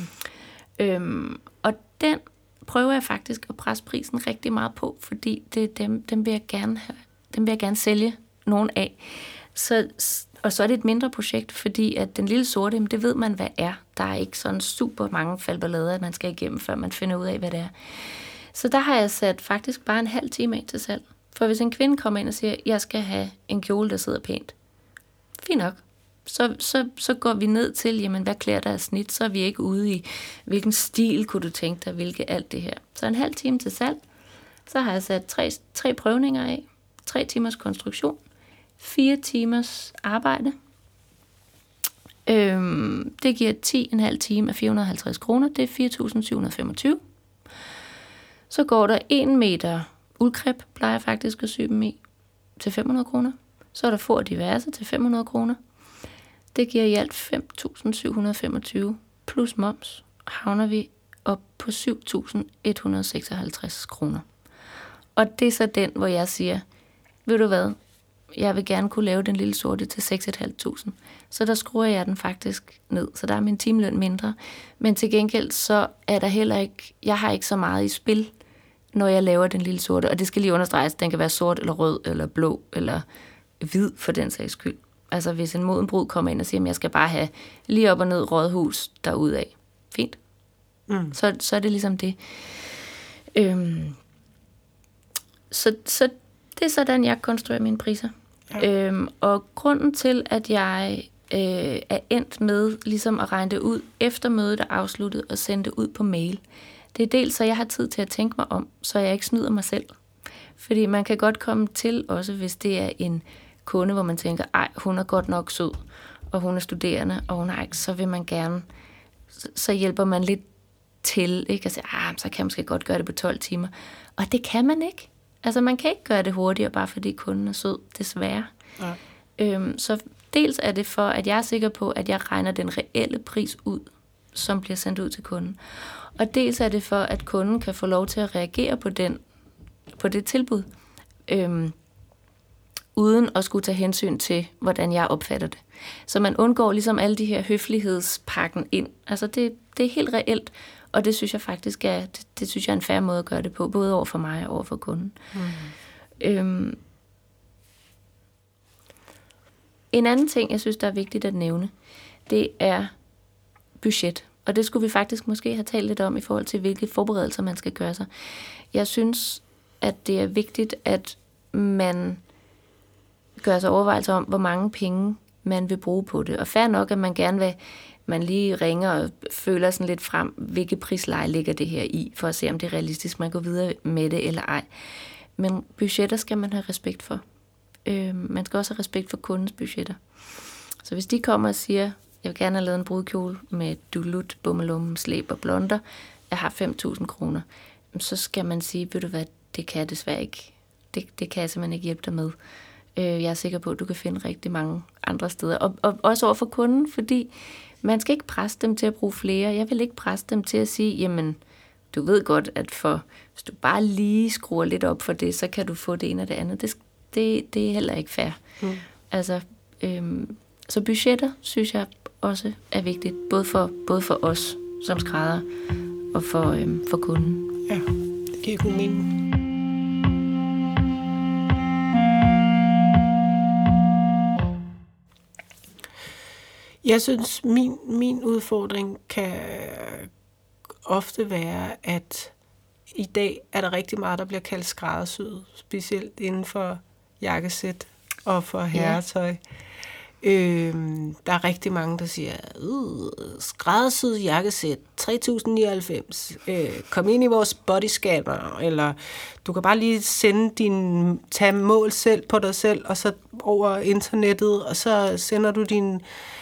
Speaker 2: Og den prøver jeg faktisk at presse prisen rigtig meget på, fordi det dem vil jeg gerne sælge nogen af. Og så er det et mindre projekt, fordi at den lille sorte, det ved man, hvad er. Der er ikke sådan super mange falderlader, man skal igennem, før man finder ud af, hvad det er. Så der har jeg sat faktisk bare en halv time af til salg. For hvis en kvinde kommer ind og siger, jeg skal have en kjole, der sidder pænt. Fint nok. Så går vi ned til, jamen hvad klæder der af snit? Så er vi ikke ude i, hvilken stil kunne du tænke dig, hvilke alt det her. Så en halv time til salg. Så har jeg sat 3 prøvninger af. 3 timers konstruktion. 4 timers arbejde. Det giver 10,5 time af 450 kroner. Det er 4.725. Så går der 1 meter uldkræb, plejer jeg faktisk at sy dem i, til 500 kroner. Så er der for diverse til 500 kroner. Det giver i alt 5.725 plus moms. Havner vi op på 7.156 kroner. Og det er så den, hvor jeg siger, ved du hvad, jeg vil gerne kunne lave den lille sorte til 6.500. Så der skruer jeg den faktisk ned, så der er min timeløn mindre. Men til gengæld, så er der heller ikke, jeg har ikke så meget i spil, når jeg laver den lille sorte. Og det skal lige understreges, den kan være sort eller rød eller blå eller hvid for den sags skyld. Altså hvis en moden brud kommer ind og siger, at jeg skal bare have lige op og ned rådhus derudad. Fint. Så er det ligesom det. Så det er sådan, jeg konstruerer mine priser. Ja. Og grunden til, at jeg er endt med ligesom at regne det ud, efter mødet er afsluttet, og sende det ud på mail, det er dels, så jeg har tid til at tænke mig om, så jeg ikke snyder mig selv. Fordi man kan godt komme til, også hvis det er en kunde, hvor man tænker, ej, hun er godt nok sød, og hun er studerende, og hun har ikke, så vil man gerne, så hjælper man lidt til, ikke? Og siger, så kan jeg måske godt gøre det på 12 timer. Og det kan man ikke. Altså, man kan ikke gøre det hurtigere, bare fordi kunden er sød, desværre. Ja. Så dels er det for, at jeg er sikker på, at jeg regner den reelle pris ud, som bliver sendt ud til kunden. Og dels er det for, at kunden kan få lov til at reagere på det tilbud, uden at skulle tage hensyn til, hvordan jeg opfatter det. Så man undgår ligesom alle de her høflighedspakken ind. Altså, det er helt reelt, og det synes jeg faktisk er en fair måde at gøre det på, både over for mig og over for kunden. En anden ting, jeg synes, der er vigtigt at nævne, det er budget. Og det skulle vi faktisk måske have talt lidt om i forhold til, hvilke forberedelser man skal gøre sig. Jeg synes, at det er vigtigt, at man gør sig overvejelser om, hvor mange penge man vil bruge på det. Og fair nok, at man gerne vil, man lige ringer og føler sådan lidt frem, hvilke prisleje ligger det her i, for at se, om det er realistisk, man går videre med det eller ej. Men budgetter skal man have respekt for. Man skal også have respekt for kundens budgetter. Så hvis de kommer og siger, jeg vil gerne have lavet en brudkjole med dulut, bummelum, slæb og blonder, jeg har 5.000 kroner, så skal man sige, ved du hvad, det kan jeg desværre ikke. Det kan jeg simpelthen ikke hjælpe dig med. Jeg er sikker på, at du kan finde rigtig mange andre steder. Og også over for kunden, fordi man skal ikke presse dem til at bruge flere. Jeg vil ikke presse dem til at sige, jamen, du ved godt, at hvis du bare lige skruer lidt op for det, så kan du få det ene og det andet. Det er heller ikke fair. Altså, så budgetter, synes jeg også er vigtigt, både for os som skrædder og for kunden.
Speaker 1: Ja, det giver god mening. Jeg synes, min udfordring kan ofte være, at i dag er der rigtig meget, der bliver kaldt skræddersyet, specielt inden for jakkesæt og for herretøj. Der er rigtig mange, der siger, skræddersyet jakkesæt, 3.099, kom ind i vores bodyscanner, eller du kan bare lige tage mål selv på dig selv, og så over internettet, og så sender du din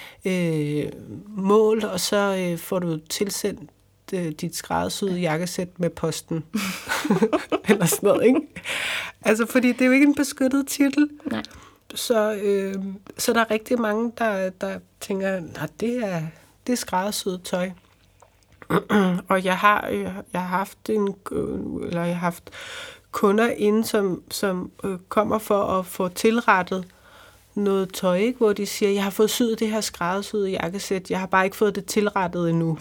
Speaker 1: mål, og så får du tilsendt dit skræddersyede jakkesæt med posten. Eller sådan noget, ikke? Altså, fordi det er jo ikke en beskyttet titel.
Speaker 2: Nej.
Speaker 1: Så der er rigtig mange, der tænker, at det er skræddersyet tøj. Og jeg har haft kunder inde, som kommer for at få tilrettet noget tøj, ikke? Hvor de siger, jeg har fået syet det her skræddersyede jakkesæt, jeg har bare ikke fået det tilrettet endnu.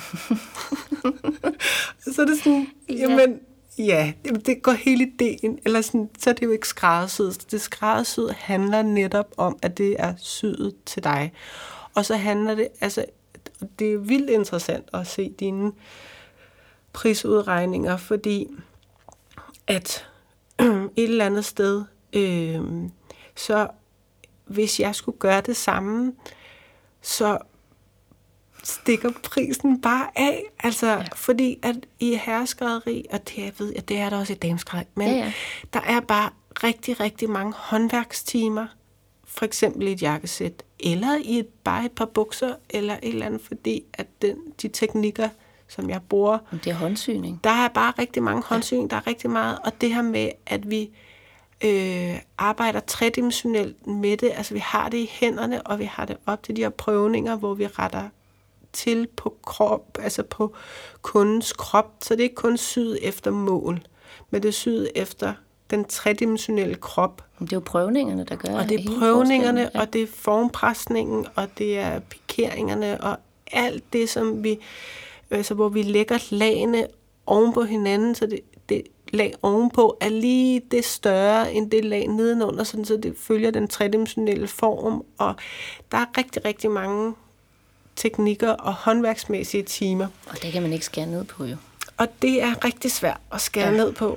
Speaker 1: Så er det sådan, jamen, ja, det går hele ideen, eller sådan, så er det jo ikke skræddersyet. Det skræddersyet handler netop om, at det er syet til dig. Og så handler det, altså, det er vildt interessant at se dine prisudregninger, fordi at et eller andet sted, så hvis jeg skulle gøre det samme, så stikker prisen bare af. Altså, fordi at i herreskrædderi, og det, jeg ved, at det er der også i dameskrædderi, men der er bare rigtig, rigtig mange håndværkstimer, for eksempel i et jakkesæt, eller i bare et par bukser, eller et eller andet, fordi at de teknikker, som jeg bruger...
Speaker 2: Det er håndsyning.
Speaker 1: Der er bare rigtig mange håndsyning, der er rigtig meget, og det her med, at vi arbejder tredimensionelt med det, altså vi har det i hænderne, og vi har det op til de her prøvninger, hvor vi retter til på krop, altså på kundens krop, så det er ikke kun syet efter mål, men det er syet efter den tredimensionelle krop.
Speaker 2: Det er jo prøvningerne, der gør.
Speaker 1: Og det er prøvningerne, og det er formpresningen, og det er pikeringerne, og alt det, som vi, altså hvor vi lægger lagene oven på hinanden, så det lag ovenpå er lige det større end det lag nedenunder, sådan så det følger den tredimensionelle form, og der er rigtig, rigtig mange teknikker og håndværksmæssige timer.
Speaker 2: Og det kan man ikke skære ned på, jo.
Speaker 1: Og det er rigtig svært at skære ned på.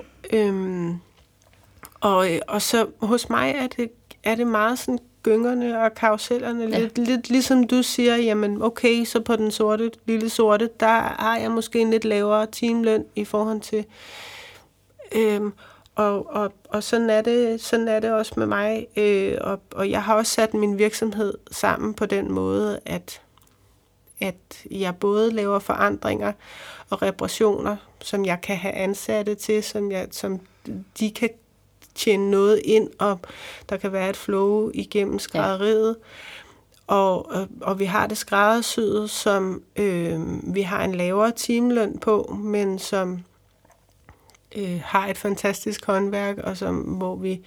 Speaker 1: Og så hos mig er det meget sådan gyngerne og karusellerne, lidt ligesom du siger, jamen okay, så på den lille sorte, der har jeg måske en lidt lavere timeløn i forhold til og sådan er det også med mig, og jeg har også sat min virksomhed sammen på den måde, at jeg både laver forandringer og reparationer, som jeg kan have ansatte til, som de kan tjene noget ind, og der kan være et flow igennem skrædderiet. Og vi har det skræddersyet, som vi har en lavere timeløn på, men som har et fantastisk håndværk, og hvor vi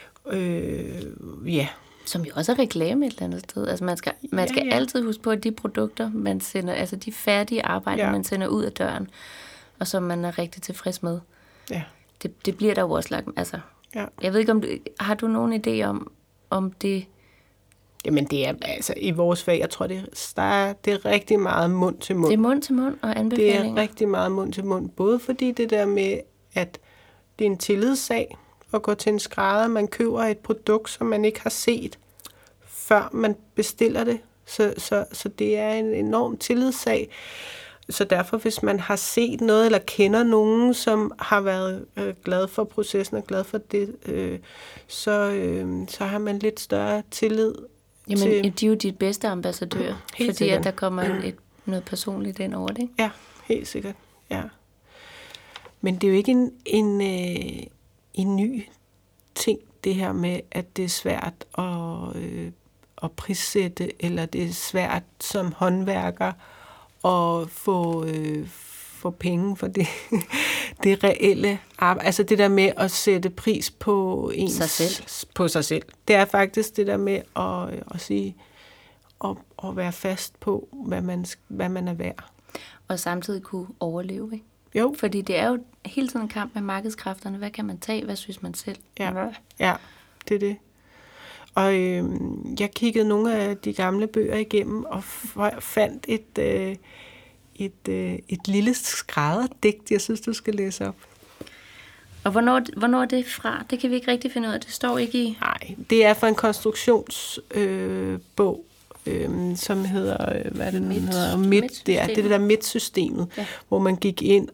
Speaker 2: som jo også er reklame et eller andet sted. Altså man skal altid huske på, at de produkter, man sender, altså de færdige arbejder, man sender ud af døren, og som man er rigtig tilfreds med, det bliver der jo også lagt. Altså, jeg ved ikke, har du nogen idé om det?
Speaker 1: Jamen det er altså i vores fag, jeg tror, det er rigtig meget mund til mund.
Speaker 2: Det er mund til mund og anbefalinger.
Speaker 1: Det er rigtig meget mund til mund, både fordi det der med, at det er en tillidssag at gå til en skrædder, man køber et produkt, som man ikke har set, før man bestiller det. Så det er en enorm tillidssag. Så derfor, hvis man har set noget, eller kender nogen, som har været glad for processen og glad for det, så har man lidt større tillid.
Speaker 2: Jamen, de er jo dit bedste ambassadør, fordi
Speaker 1: sikkert.
Speaker 2: At der kommer noget personligt ind over det, ikke?
Speaker 1: Ja, helt sikkert, ja. Men det er jo ikke en ny ting, det her med, at det er svært at prissætte, eller det er svært som håndværker at få penge for det reelle arbejde. Altså det der med at sætte pris på sig selv. Det er faktisk det der med at sige, at være fast på, hvad man er værd. Og
Speaker 2: samtidig kunne overleve, ikke?
Speaker 1: Jo.
Speaker 2: Fordi det er jo hele tiden en kamp med markedskræfterne. Hvad kan man tage? Hvad synes man selv?
Speaker 1: Ja, det er det. Og jeg kiggede nogle af de gamle bøger igennem og fandt et lille skrædderdigt, jeg synes, du skal læse op.
Speaker 2: Og hvornår er det fra? Det kan vi ikke rigtig finde ud af. Det står ikke i...
Speaker 1: Nej, det er fra en konstruktionsbog, som hedder, hvad er det nu hedder? Det er det der MIT-systemet, hvor man gik ind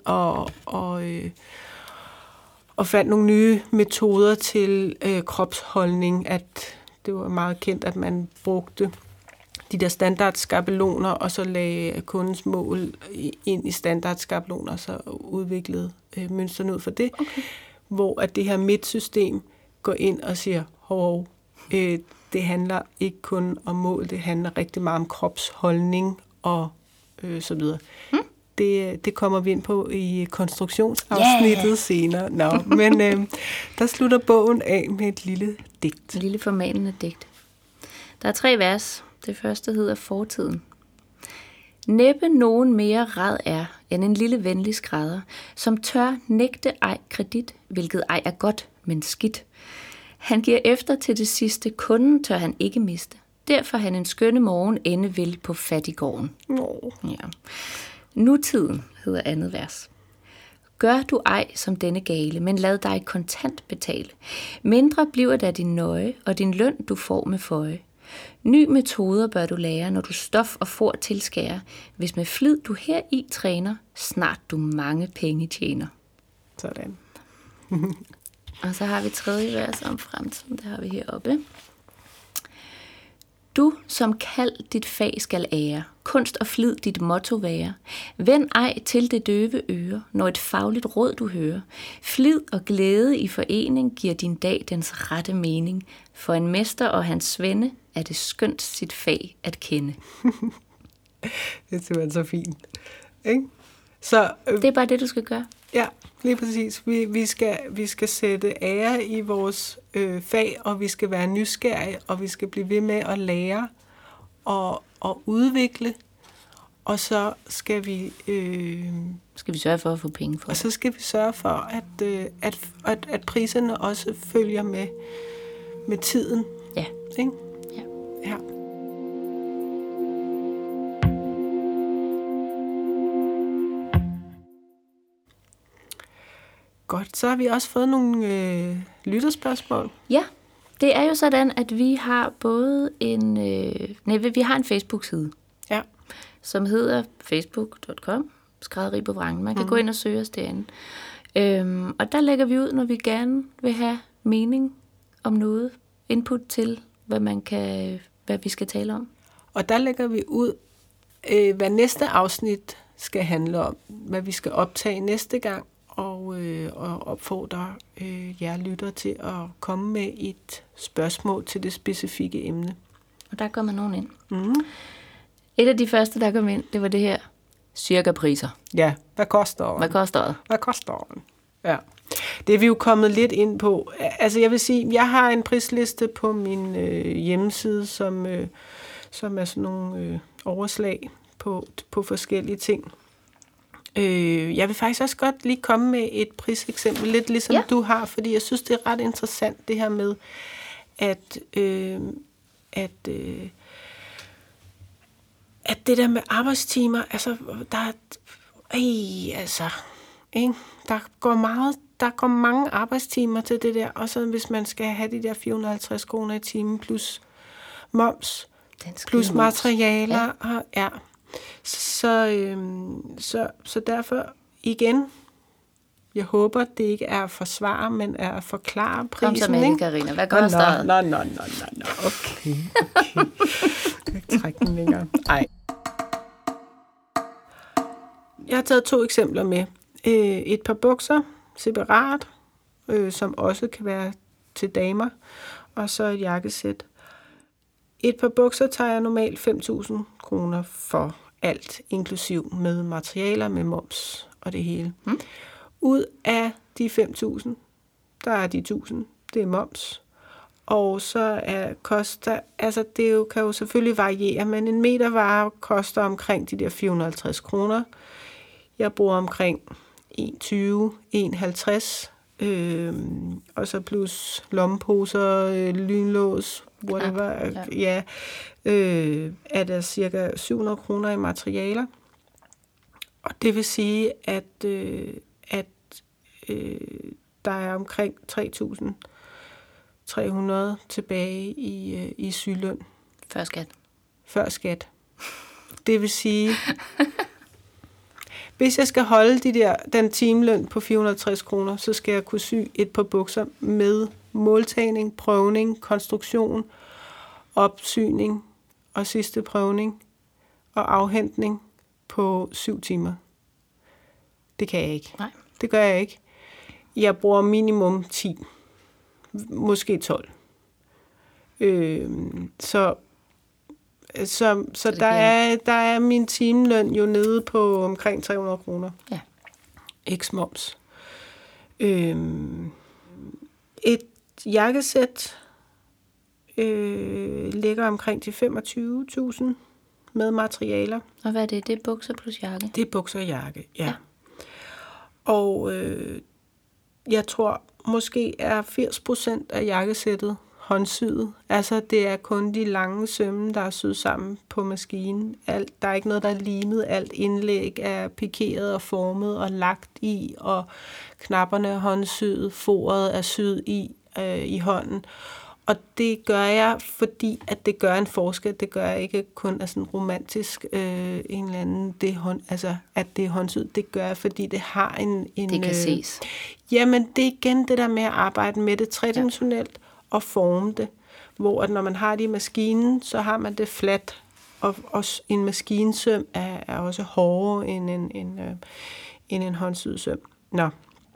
Speaker 1: og fandt nogle nye metoder til kropsholdning, at det var meget kendt, at man brugte de der standardskabeloner, og så lagde kundens mål ind i standardskabeloner, så udviklede mønsterne ud for det. Okay. Hvor at det her MIT-system går ind og siger, det handler ikke kun om mål, det handler rigtig meget om kropsholdning og så videre. det kommer vi ind på i konstruktionsafsnittet senere. Men der slutter bogen af med et lille digt.
Speaker 2: Et lille formanende digt. Der er 3 vers. Det første hedder Fortiden. Næppe nogen mere rad er, end en lille venlig skrædder, som tør nægte ej kredit, hvilket ej er godt, men skidt. Han giver efter til det sidste, kunden tør han ikke miste. Derfor han en skønne morgen ende vil på fattiggården. Ja. Nutiden hedder andet vers. Gør du ej som denne gale, men lad dig kontant betale. Mindre bliver der din nøje, og din løn du får med føje. Ny metoder bør du lære, når du stof og for tilskærer. Hvis med flid du her i træner, snart du mange penge tjener.
Speaker 1: Sådan.
Speaker 2: Og så har vi 3. vers om fremtiden, det har vi heroppe. Du som kald dit fag skal ære, kunst og flid dit motto være. Vend ej til det døve øre, når et fagligt råd du hører. Flid og glæde i forening giver din dag dens rette mening. For en mester og hans svende er det skønt sit fag at kende.
Speaker 1: Det er simpelthen så fint. Ikke? Så,
Speaker 2: det er bare det, du skal gøre.
Speaker 1: Ja, lige præcis. Vi skal sætte ære i vores fag, og vi skal være nysgerrige, og vi skal blive ved med at lære og udvikle, og så skal vi...
Speaker 2: skal vi sørge for at få penge for det.
Speaker 1: Og så skal vi sørge for, at priserne også følger med tiden.
Speaker 2: Ja.
Speaker 1: Ikke? Ja. Godt, så har vi også fået nogle lytterspørgsmål.
Speaker 2: Ja, det er jo sådan, at vi har både vi har en Facebook-side, som hedder facebook.com/skrædderi på vrangen. Man kan gå ind og søge os derinde. Og der lægger vi ud, når vi gerne vil have mening om noget, input til, hvad vi skal tale om.
Speaker 1: Og der lægger vi ud, hvad næste afsnit skal handle om, hvad vi skal optage næste gang, og opfordre jer lytter til at komme med et spørgsmål til det specifikke emne.
Speaker 2: Og der kommer nogen ind. Et af de første, der kom ind, det var det her cirka priser.
Speaker 1: Ja, hvad koster det? Hvad koster det? Ja. Det er vi jo kommet lidt ind på. Altså jeg vil sige, jeg har en prisliste på min hjemmeside, som er sådan nogle overslag på forskellige ting. Jeg vil faktisk også godt lige komme med et priseksempel, lidt ligesom du har, fordi jeg synes, det er ret interessant, det her med, at det der med arbejdstimer, altså, der går mange arbejdstimer til det der, og så hvis man skal have de der 450 kroner i timen, plus moms, plus materialer, Så derfor igen, jeg håber, det ikke er at forsvare, men er at forklare prisen.
Speaker 2: Kom så med det, Carina. Hvad koster det?
Speaker 1: Nå. Okay. Jeg trækker den længere. Ej. Jeg har taget 2 eksempler med. Et par bukser, separat, som også kan være til damer, og så et jakkesæt. Et par bukser tager jeg normalt 5.000 kroner for alt, inklusiv med materialer, med moms og det hele. Ud af de 5.000, der er de 1.000, det er moms. Og så koster, altså det kan jo selvfølgelig variere, men en meter vare koster omkring de der 450 kroner. Jeg bruger omkring 1,50, og så plus lommeposer, lynlås, whatever, er der cirka 700 kroner i materialer. Og det vil sige, at der er omkring 3.300 tilbage i sygeløn. Før skat. Det vil sige, hvis jeg skal holde den timeløn på 460 kroner, så skal jeg kunne sy et par bukser med måltagning, prøvning, konstruktion, opsyning og sidste prøvning og afhentning på 7 timer. Det kan jeg ikke.
Speaker 2: Nej.
Speaker 1: Det gør jeg ikke. Jeg bruger minimum 10, måske 12. Så Så der er min timeløn jo nede på omkring 300 kroner.
Speaker 2: Ja.
Speaker 1: X-moms. Et jakkesæt ligger omkring til 25.000 med materialer.
Speaker 2: Og hvad er det? Det er bukser plus jakke?
Speaker 1: Det er bukser og jakke, ja. Og jeg tror måske er 80% af jakkesættet håndsyet. Altså det er kun de lange sømme, der er syet sammen på maskinen. Der er ikke noget, der er limet. Alt indlæg er pikeret og formet og lagt i, og knapperne er håndsyet, foret er syet i hånden. Og det gør jeg, fordi at det gør en forskel. Det gør jeg ikke kun af sådan romantisk en eller anden, at det er håndsyet. Det gør jeg, fordi det har en
Speaker 2: det kan ses.
Speaker 1: Jamen, det er igen det der med at arbejde med det tredimensionelt og forme det. Hvor at når man har det i maskinen, så har man det fladt. Og en maskinsøm er også hårdere end en håndsyet søm. Nå.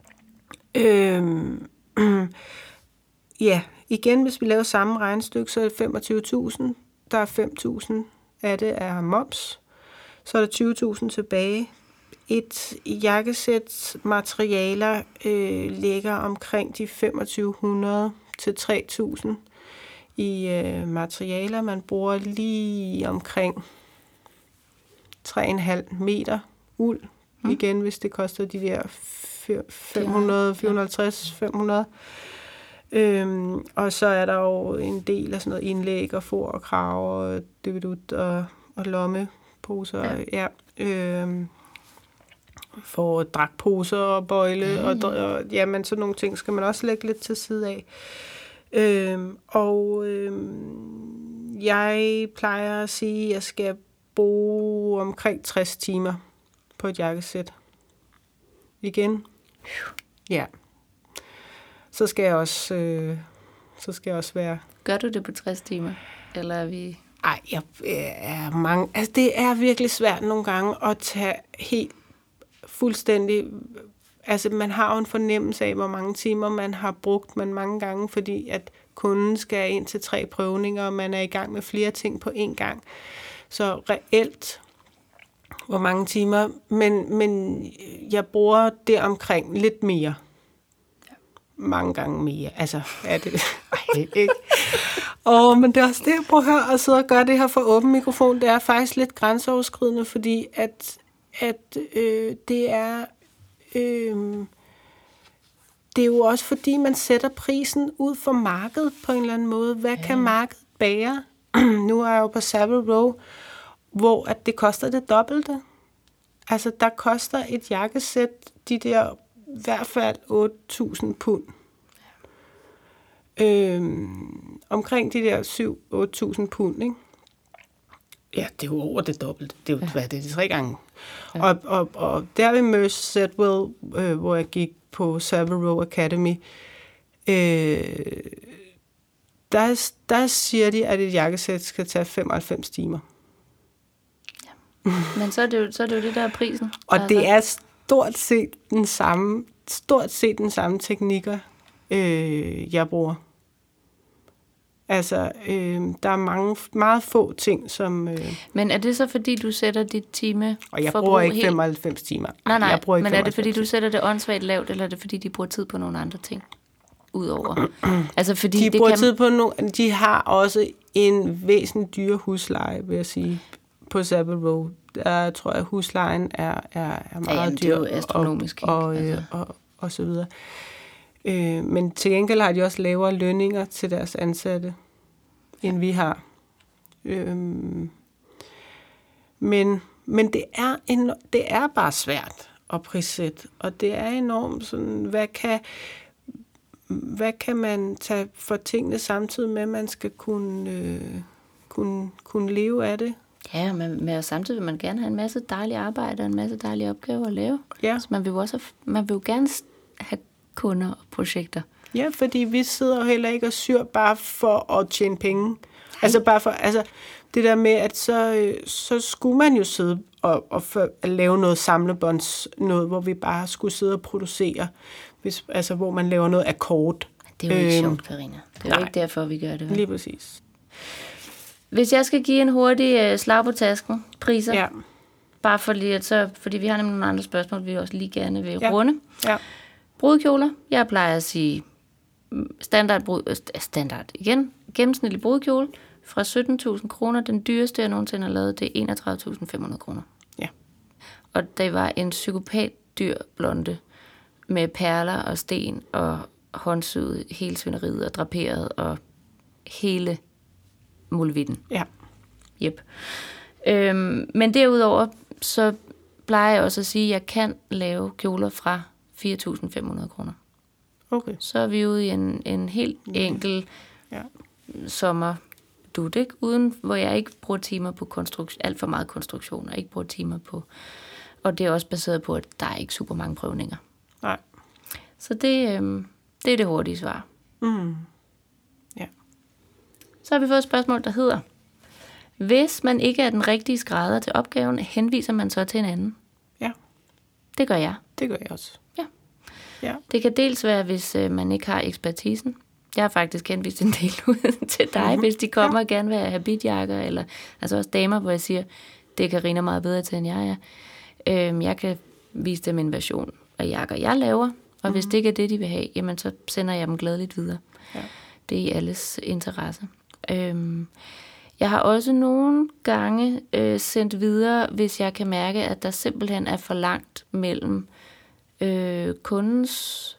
Speaker 1: Ja, igen, hvis vi laver samme regnestykke, så er det 25.000. Der er 5.000 af det er moms. Så er der 20.000 tilbage. Et jakkesæt materialer ligger omkring de 2.500 til 3.000 i materialer. Man bruger lige omkring 3,5 meter uld. Igen, hvis det koster de der 500, 450, 500. Og så er der jo en del af sådan noget indlæg og for og krav og dyvedut og lommeposer. Ja. For dragtposer og bøjle og jamen sådan nogle ting skal man også lægge lidt til side af. Jeg plejer at sige, at jeg skal bruge omkring 60 timer på et jakkesæt. Igen. Ja. Så skal jeg også være...
Speaker 2: Gør du det på 60 timer? Eller er vi...
Speaker 1: Ej, jeg er mange... Altså, det er virkelig svært nogle gange at tage helt fuldstændig... Altså, man har jo en fornemmelse af, hvor mange timer man har brugt man mange gange, fordi at kunden skal ind til 3 prøvninger, og man er i gang med flere ting på én gang. Så reelt, hvor mange timer... Men jeg bruger det omkring lidt mere. Mange gange mere. Altså, er det... ikke? Men det er også det, jeg prøver at høre og sidde og gøre det her for åben mikrofon. Det er faktisk lidt grænseoverskridende, fordi at det er... det er jo også fordi, man sætter prisen ud for markedet på en eller anden måde. Hvad kan markedet bære? Nu er jeg jo på Savile Row, hvor at det koster det dobbelte. Altså, der koster et jakkesæt de der i hvert fald 8.000 pund. Omkring de der 7-8.000 pund, ikke? Ja, det er jo over det dobbelte. Det er jo, hvad er det, 3 gange. Ja. Og der ved Merce Sedwell, hvor jeg gik på Savile Row Academy, der siger de, at et jakkesæt skal tage 95 timer.
Speaker 2: Ja. Men så er det jo det, der er prisen.
Speaker 1: Og altså. Det er stort set den samme teknikker, jeg bruger. Altså, der er meget få ting, som...
Speaker 2: Men er det så, fordi du sætter dit time...
Speaker 1: Og jeg bruger ikke 95 timer.
Speaker 2: Nej,
Speaker 1: jeg bruger ikke
Speaker 2: men er det, fordi du sætter det åndssvagt lavt, eller er det, fordi de bruger tid på nogle andre ting? Udover. Altså, fordi
Speaker 1: de bruger tid på nogle... De har også en væsentlig dyre husleje, vil jeg sige, på Savile Row. Der tror jeg, huslejen er meget dyr.
Speaker 2: Det er jo astronomisk.
Speaker 1: Og så videre. Men til gengæld har de også lavere lønninger til deres ansatte, end vi har. Men det er bare svært at prissætte, og det er enormt sådan, hvad kan man tage for tingene samtidig med, at man skal kunne leve af det?
Speaker 2: Ja, men samtidig vil man gerne have en masse dejlige arbejde og en masse dejlige opgaver at lave. Ja. Så man vil jo gerne have kunder og projekter.
Speaker 1: Ja, fordi vi sidder jo heller ikke og syr bare for at tjene penge. Altså bare for, det der med, at så skulle man jo sidde og lave noget samlebånds, noget, hvor vi bare skulle sidde og producere, hvor man laver noget akkord.
Speaker 2: Det er jo ikke sjovt, Karina. Det er jo ikke derfor, vi gør det.
Speaker 1: Lige præcis.
Speaker 2: Hvis jeg skal give en hurtig slag på tasken, priser,
Speaker 1: Ja.
Speaker 2: bare fordi vi har nemlig nogle andre spørgsmål, vi også lige gerne vil runde.
Speaker 1: Ja.
Speaker 2: Brudekjoler, jeg plejer at sige gennemsnitlig brudekjole fra 17.000 kroner. Den dyreste, jeg nogensinde har lavet, det er 31.500 kroner.
Speaker 1: Ja.
Speaker 2: Og det var en psykopat dyr blonde med perler og sten og håndsyet, hele svineriet og draperet og hele muligheden.
Speaker 1: Ja.
Speaker 2: Yep. Men derudover, så plejer jeg også at sige, at jeg kan lave kjoler fra 4.500 kroner.
Speaker 1: Okay.
Speaker 2: Så er vi ude i en helt enkel sommer dut, uden hvor jeg ikke bruger timer på alt for meget konstruktion, og ikke bruger timer på. Og det er også baseret på, at der er ikke super mange prøvninger.
Speaker 1: Nej.
Speaker 2: Så det er det hurtige svar.
Speaker 1: Ja.
Speaker 2: Så har vi fået et spørgsmål, der hedder: hvis man ikke er den rigtige skrædder til opgaven, henviser man så til en anden?
Speaker 1: Ja.
Speaker 2: Det gør jeg.
Speaker 1: Det gør jeg også.
Speaker 2: Ja.
Speaker 1: Ja.
Speaker 2: Det kan dels være, hvis man ikke har ekspertisen. Jeg har faktisk henvist en del ud til dig, hvis de kommer og gerne vil have habitjakker, eller altså også damer, hvor jeg siger, det er Karina meget bedre til, end jeg er. Jeg kan vise dem en version af jakker, jeg laver, og hvis det ikke er det, de vil have, jamen så sender jeg dem glædeligt videre. Ja. Det er i alles interesse. Jeg har også nogle gange sendt videre, hvis jeg kan mærke, at der simpelthen er for langt mellem kundens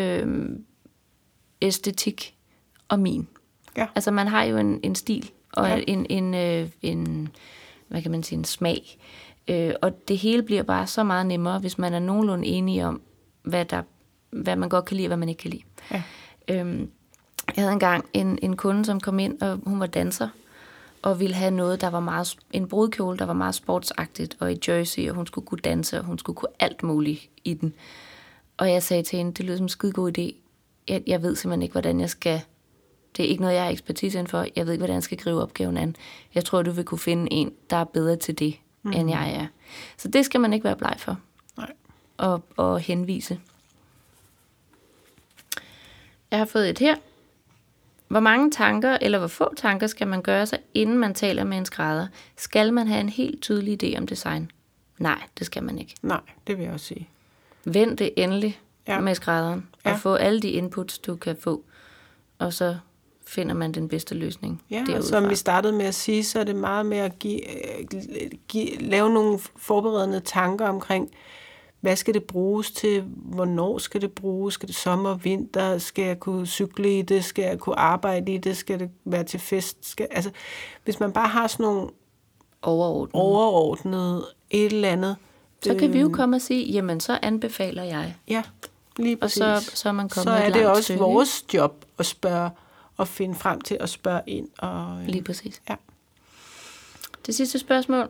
Speaker 2: æstetik og min. Ja. Altså man har jo en stil og en hvad kan man sige, en smag. Og det hele bliver bare så meget nemmere, hvis man er nogenlunde enige om, hvad man godt kan lide og hvad man ikke kan lide. Ja. Jeg havde engang en kunde, som kom ind, og hun var danser, og ville have noget, der var en brudekjole, der var meget sportsagtigt, og i jersey, og hun skulle kunne danse, og hun skulle kunne alt muligt i den. Og jeg sagde til hende, det lyder som en skidegod idé. Jeg ved simpelthen ikke, hvordan jeg skal. Det er ikke noget, jeg har ekspertise inden for. Jeg ved ikke, hvordan jeg skal gribe opgaven an. Jeg tror, du vil kunne finde en, der er bedre til det, end jeg er. Så det skal man ikke være bleg for.
Speaker 1: Nej.
Speaker 2: Og henvise. Jeg har fået et her. Hvor mange tanker, eller hvor få tanker skal man gøre sig, inden man taler med en skrædder? Skal man have en helt tydelig idé om design? Nej, det skal man ikke.
Speaker 1: Nej, det vil jeg også sige.
Speaker 2: Vend det endelig med skrædderen, og få alle de inputs, du kan få, og så finder man den bedste løsning.
Speaker 1: Ja, og som vi startede med at sige, så er det meget med at lave nogle forberedende tanker omkring, hvad skal det bruges til, hvornår skal det bruges, skal det sommer, vinter, skal jeg kunne cykle i det, skal jeg kunne arbejde i det, skal det være til fest, altså hvis man bare har sådan nogle overordnede et eller andet.
Speaker 2: Så kan vi jo komme og sige, jamen så anbefaler jeg.
Speaker 1: Ja, lige præcis.
Speaker 2: Og så er man kommet
Speaker 1: så er
Speaker 2: et
Speaker 1: det også
Speaker 2: stykke.
Speaker 1: vores job at spørge og finde frem til at spørge ind. Og,
Speaker 2: lige præcis.
Speaker 1: Ja.
Speaker 2: Det sidste spørgsmål.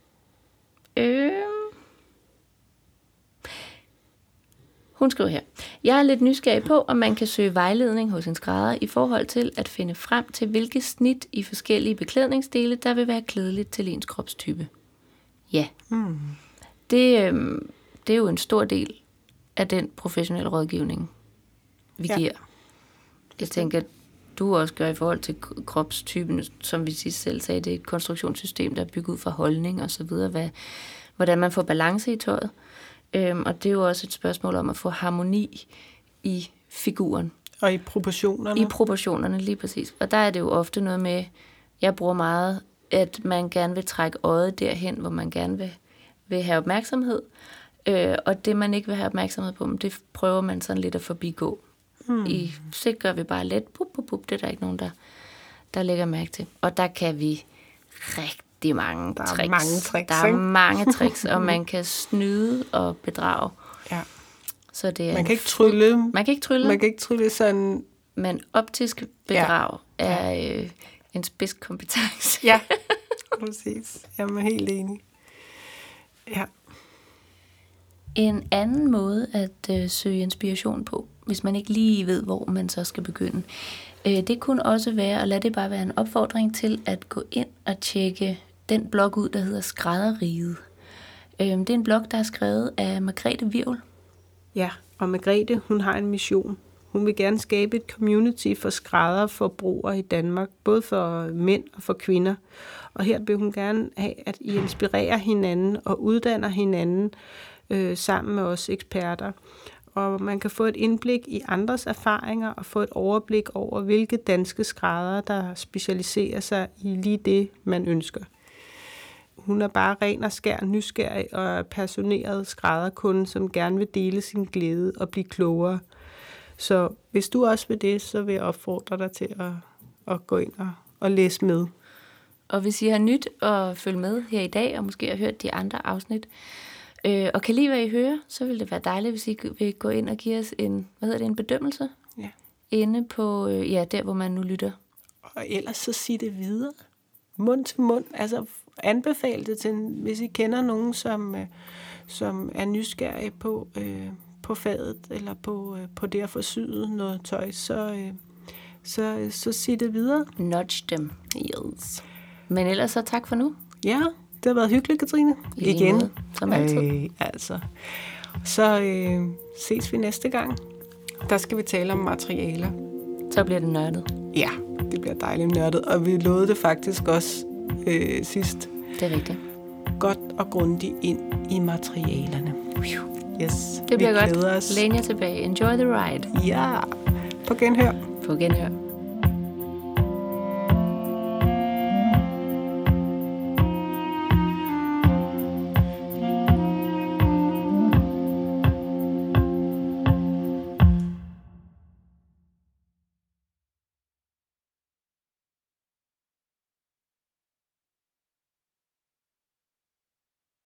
Speaker 2: Hun skriver her: jeg er lidt nysgerrig på, om man kan søge vejledning hos en skrædder i forhold til at finde frem til, hvilke snit i forskellige beklædningsdele, der vil være klædeligt til ens kropstype. Ja. Det er jo en stor del af den professionelle rådgivning, vi giver. Jeg tænker, at du også gør i forhold til kropstypen, som vi sidst selv sagde, det er et konstruktionssystem, der er bygget ud fra holdning og så videre, hvordan man får balance i tøjet. Og det er jo også et spørgsmål om at få harmoni i figuren.
Speaker 1: Og i proportionerne.
Speaker 2: I proportionerne, lige præcis. Og der er det jo ofte noget med, jeg bruger meget, at man gerne vil trække øjet derhen, hvor man gerne vil have opmærksomhed. Og det, man ikke vil have opmærksomhed på, det prøver man sådan lidt at forbigå. Så gør vi bare let, det er der ikke nogen, der lægger mærke til. Og der kan vi rigtig mange tricks. Der er mange tricks, og man kan snyde og bedrage.
Speaker 1: Ja.
Speaker 2: Så det er
Speaker 1: man kan ikke trylle.
Speaker 2: Man kan ikke trylle
Speaker 1: sådan.
Speaker 2: Men optisk bedrag er en spidskompetence.
Speaker 1: Ja, præcis. Jeg er helt enig. Ja.
Speaker 2: En anden måde at søge inspiration på, hvis man ikke lige ved, hvor man så skal begynde, det kunne også være, og lad det bare være en opfordring til at gå ind og tjekke den blog ud, der hedder Skrædderiet. Det er en blog, der er skrevet af Margrethe Hvirvel.
Speaker 1: Ja, og Margrethe, hun har en mission. Hun vil gerne skabe et community for skrædderforbrugere i Danmark, både for mænd og for kvinder. Og her vil hun gerne have, at I inspirerer hinanden og uddanner hinanden sammen med os eksperter. Og man kan få et indblik i andres erfaringer og få et overblik over, hvilke danske skræddere, der specialiserer sig i lige det, man ønsker. Hun er bare ren og skær nysgerrig og passioneret skrædderkunde, som gerne vil dele sin glæde og blive klogere. Så hvis du også vil det, så vil jeg opfordre dig til at gå ind og læse med.
Speaker 2: Og hvis I har nyt at følge med her i dag, og måske har hørt de andre afsnit, og kan lide, hvad I hører, så vil det være dejligt, hvis I vil gå ind og give os en bedømmelse.
Speaker 1: Ja.
Speaker 2: Inde på, der hvor man nu lytter.
Speaker 1: Og ellers så sig det videre. Mund til mund. Altså anbefale det til, hvis I kender nogen, som er nysgerrige på fadet, eller på det at få syet noget tøj, så sig det videre.
Speaker 2: Nudge dem.
Speaker 1: Yes.
Speaker 2: Men ellers så tak for nu.
Speaker 1: Ja, det har været hyggeligt, Katrine. Igen.
Speaker 2: Måde, som altid.
Speaker 1: Altså. Så ses vi næste gang. Der skal vi tale om materialer.
Speaker 2: Så bliver det nørdet.
Speaker 1: Ja, det bliver dejligt nørdet. Og vi lovede det faktisk også sidst.
Speaker 2: Det er rigtigt.
Speaker 1: Godt og grundigt ind i materialerne. Yes.
Speaker 2: Det bliver godt. Læn jer tilbage. Enjoy the ride.
Speaker 1: Ja, på genhør.
Speaker 2: På genhør.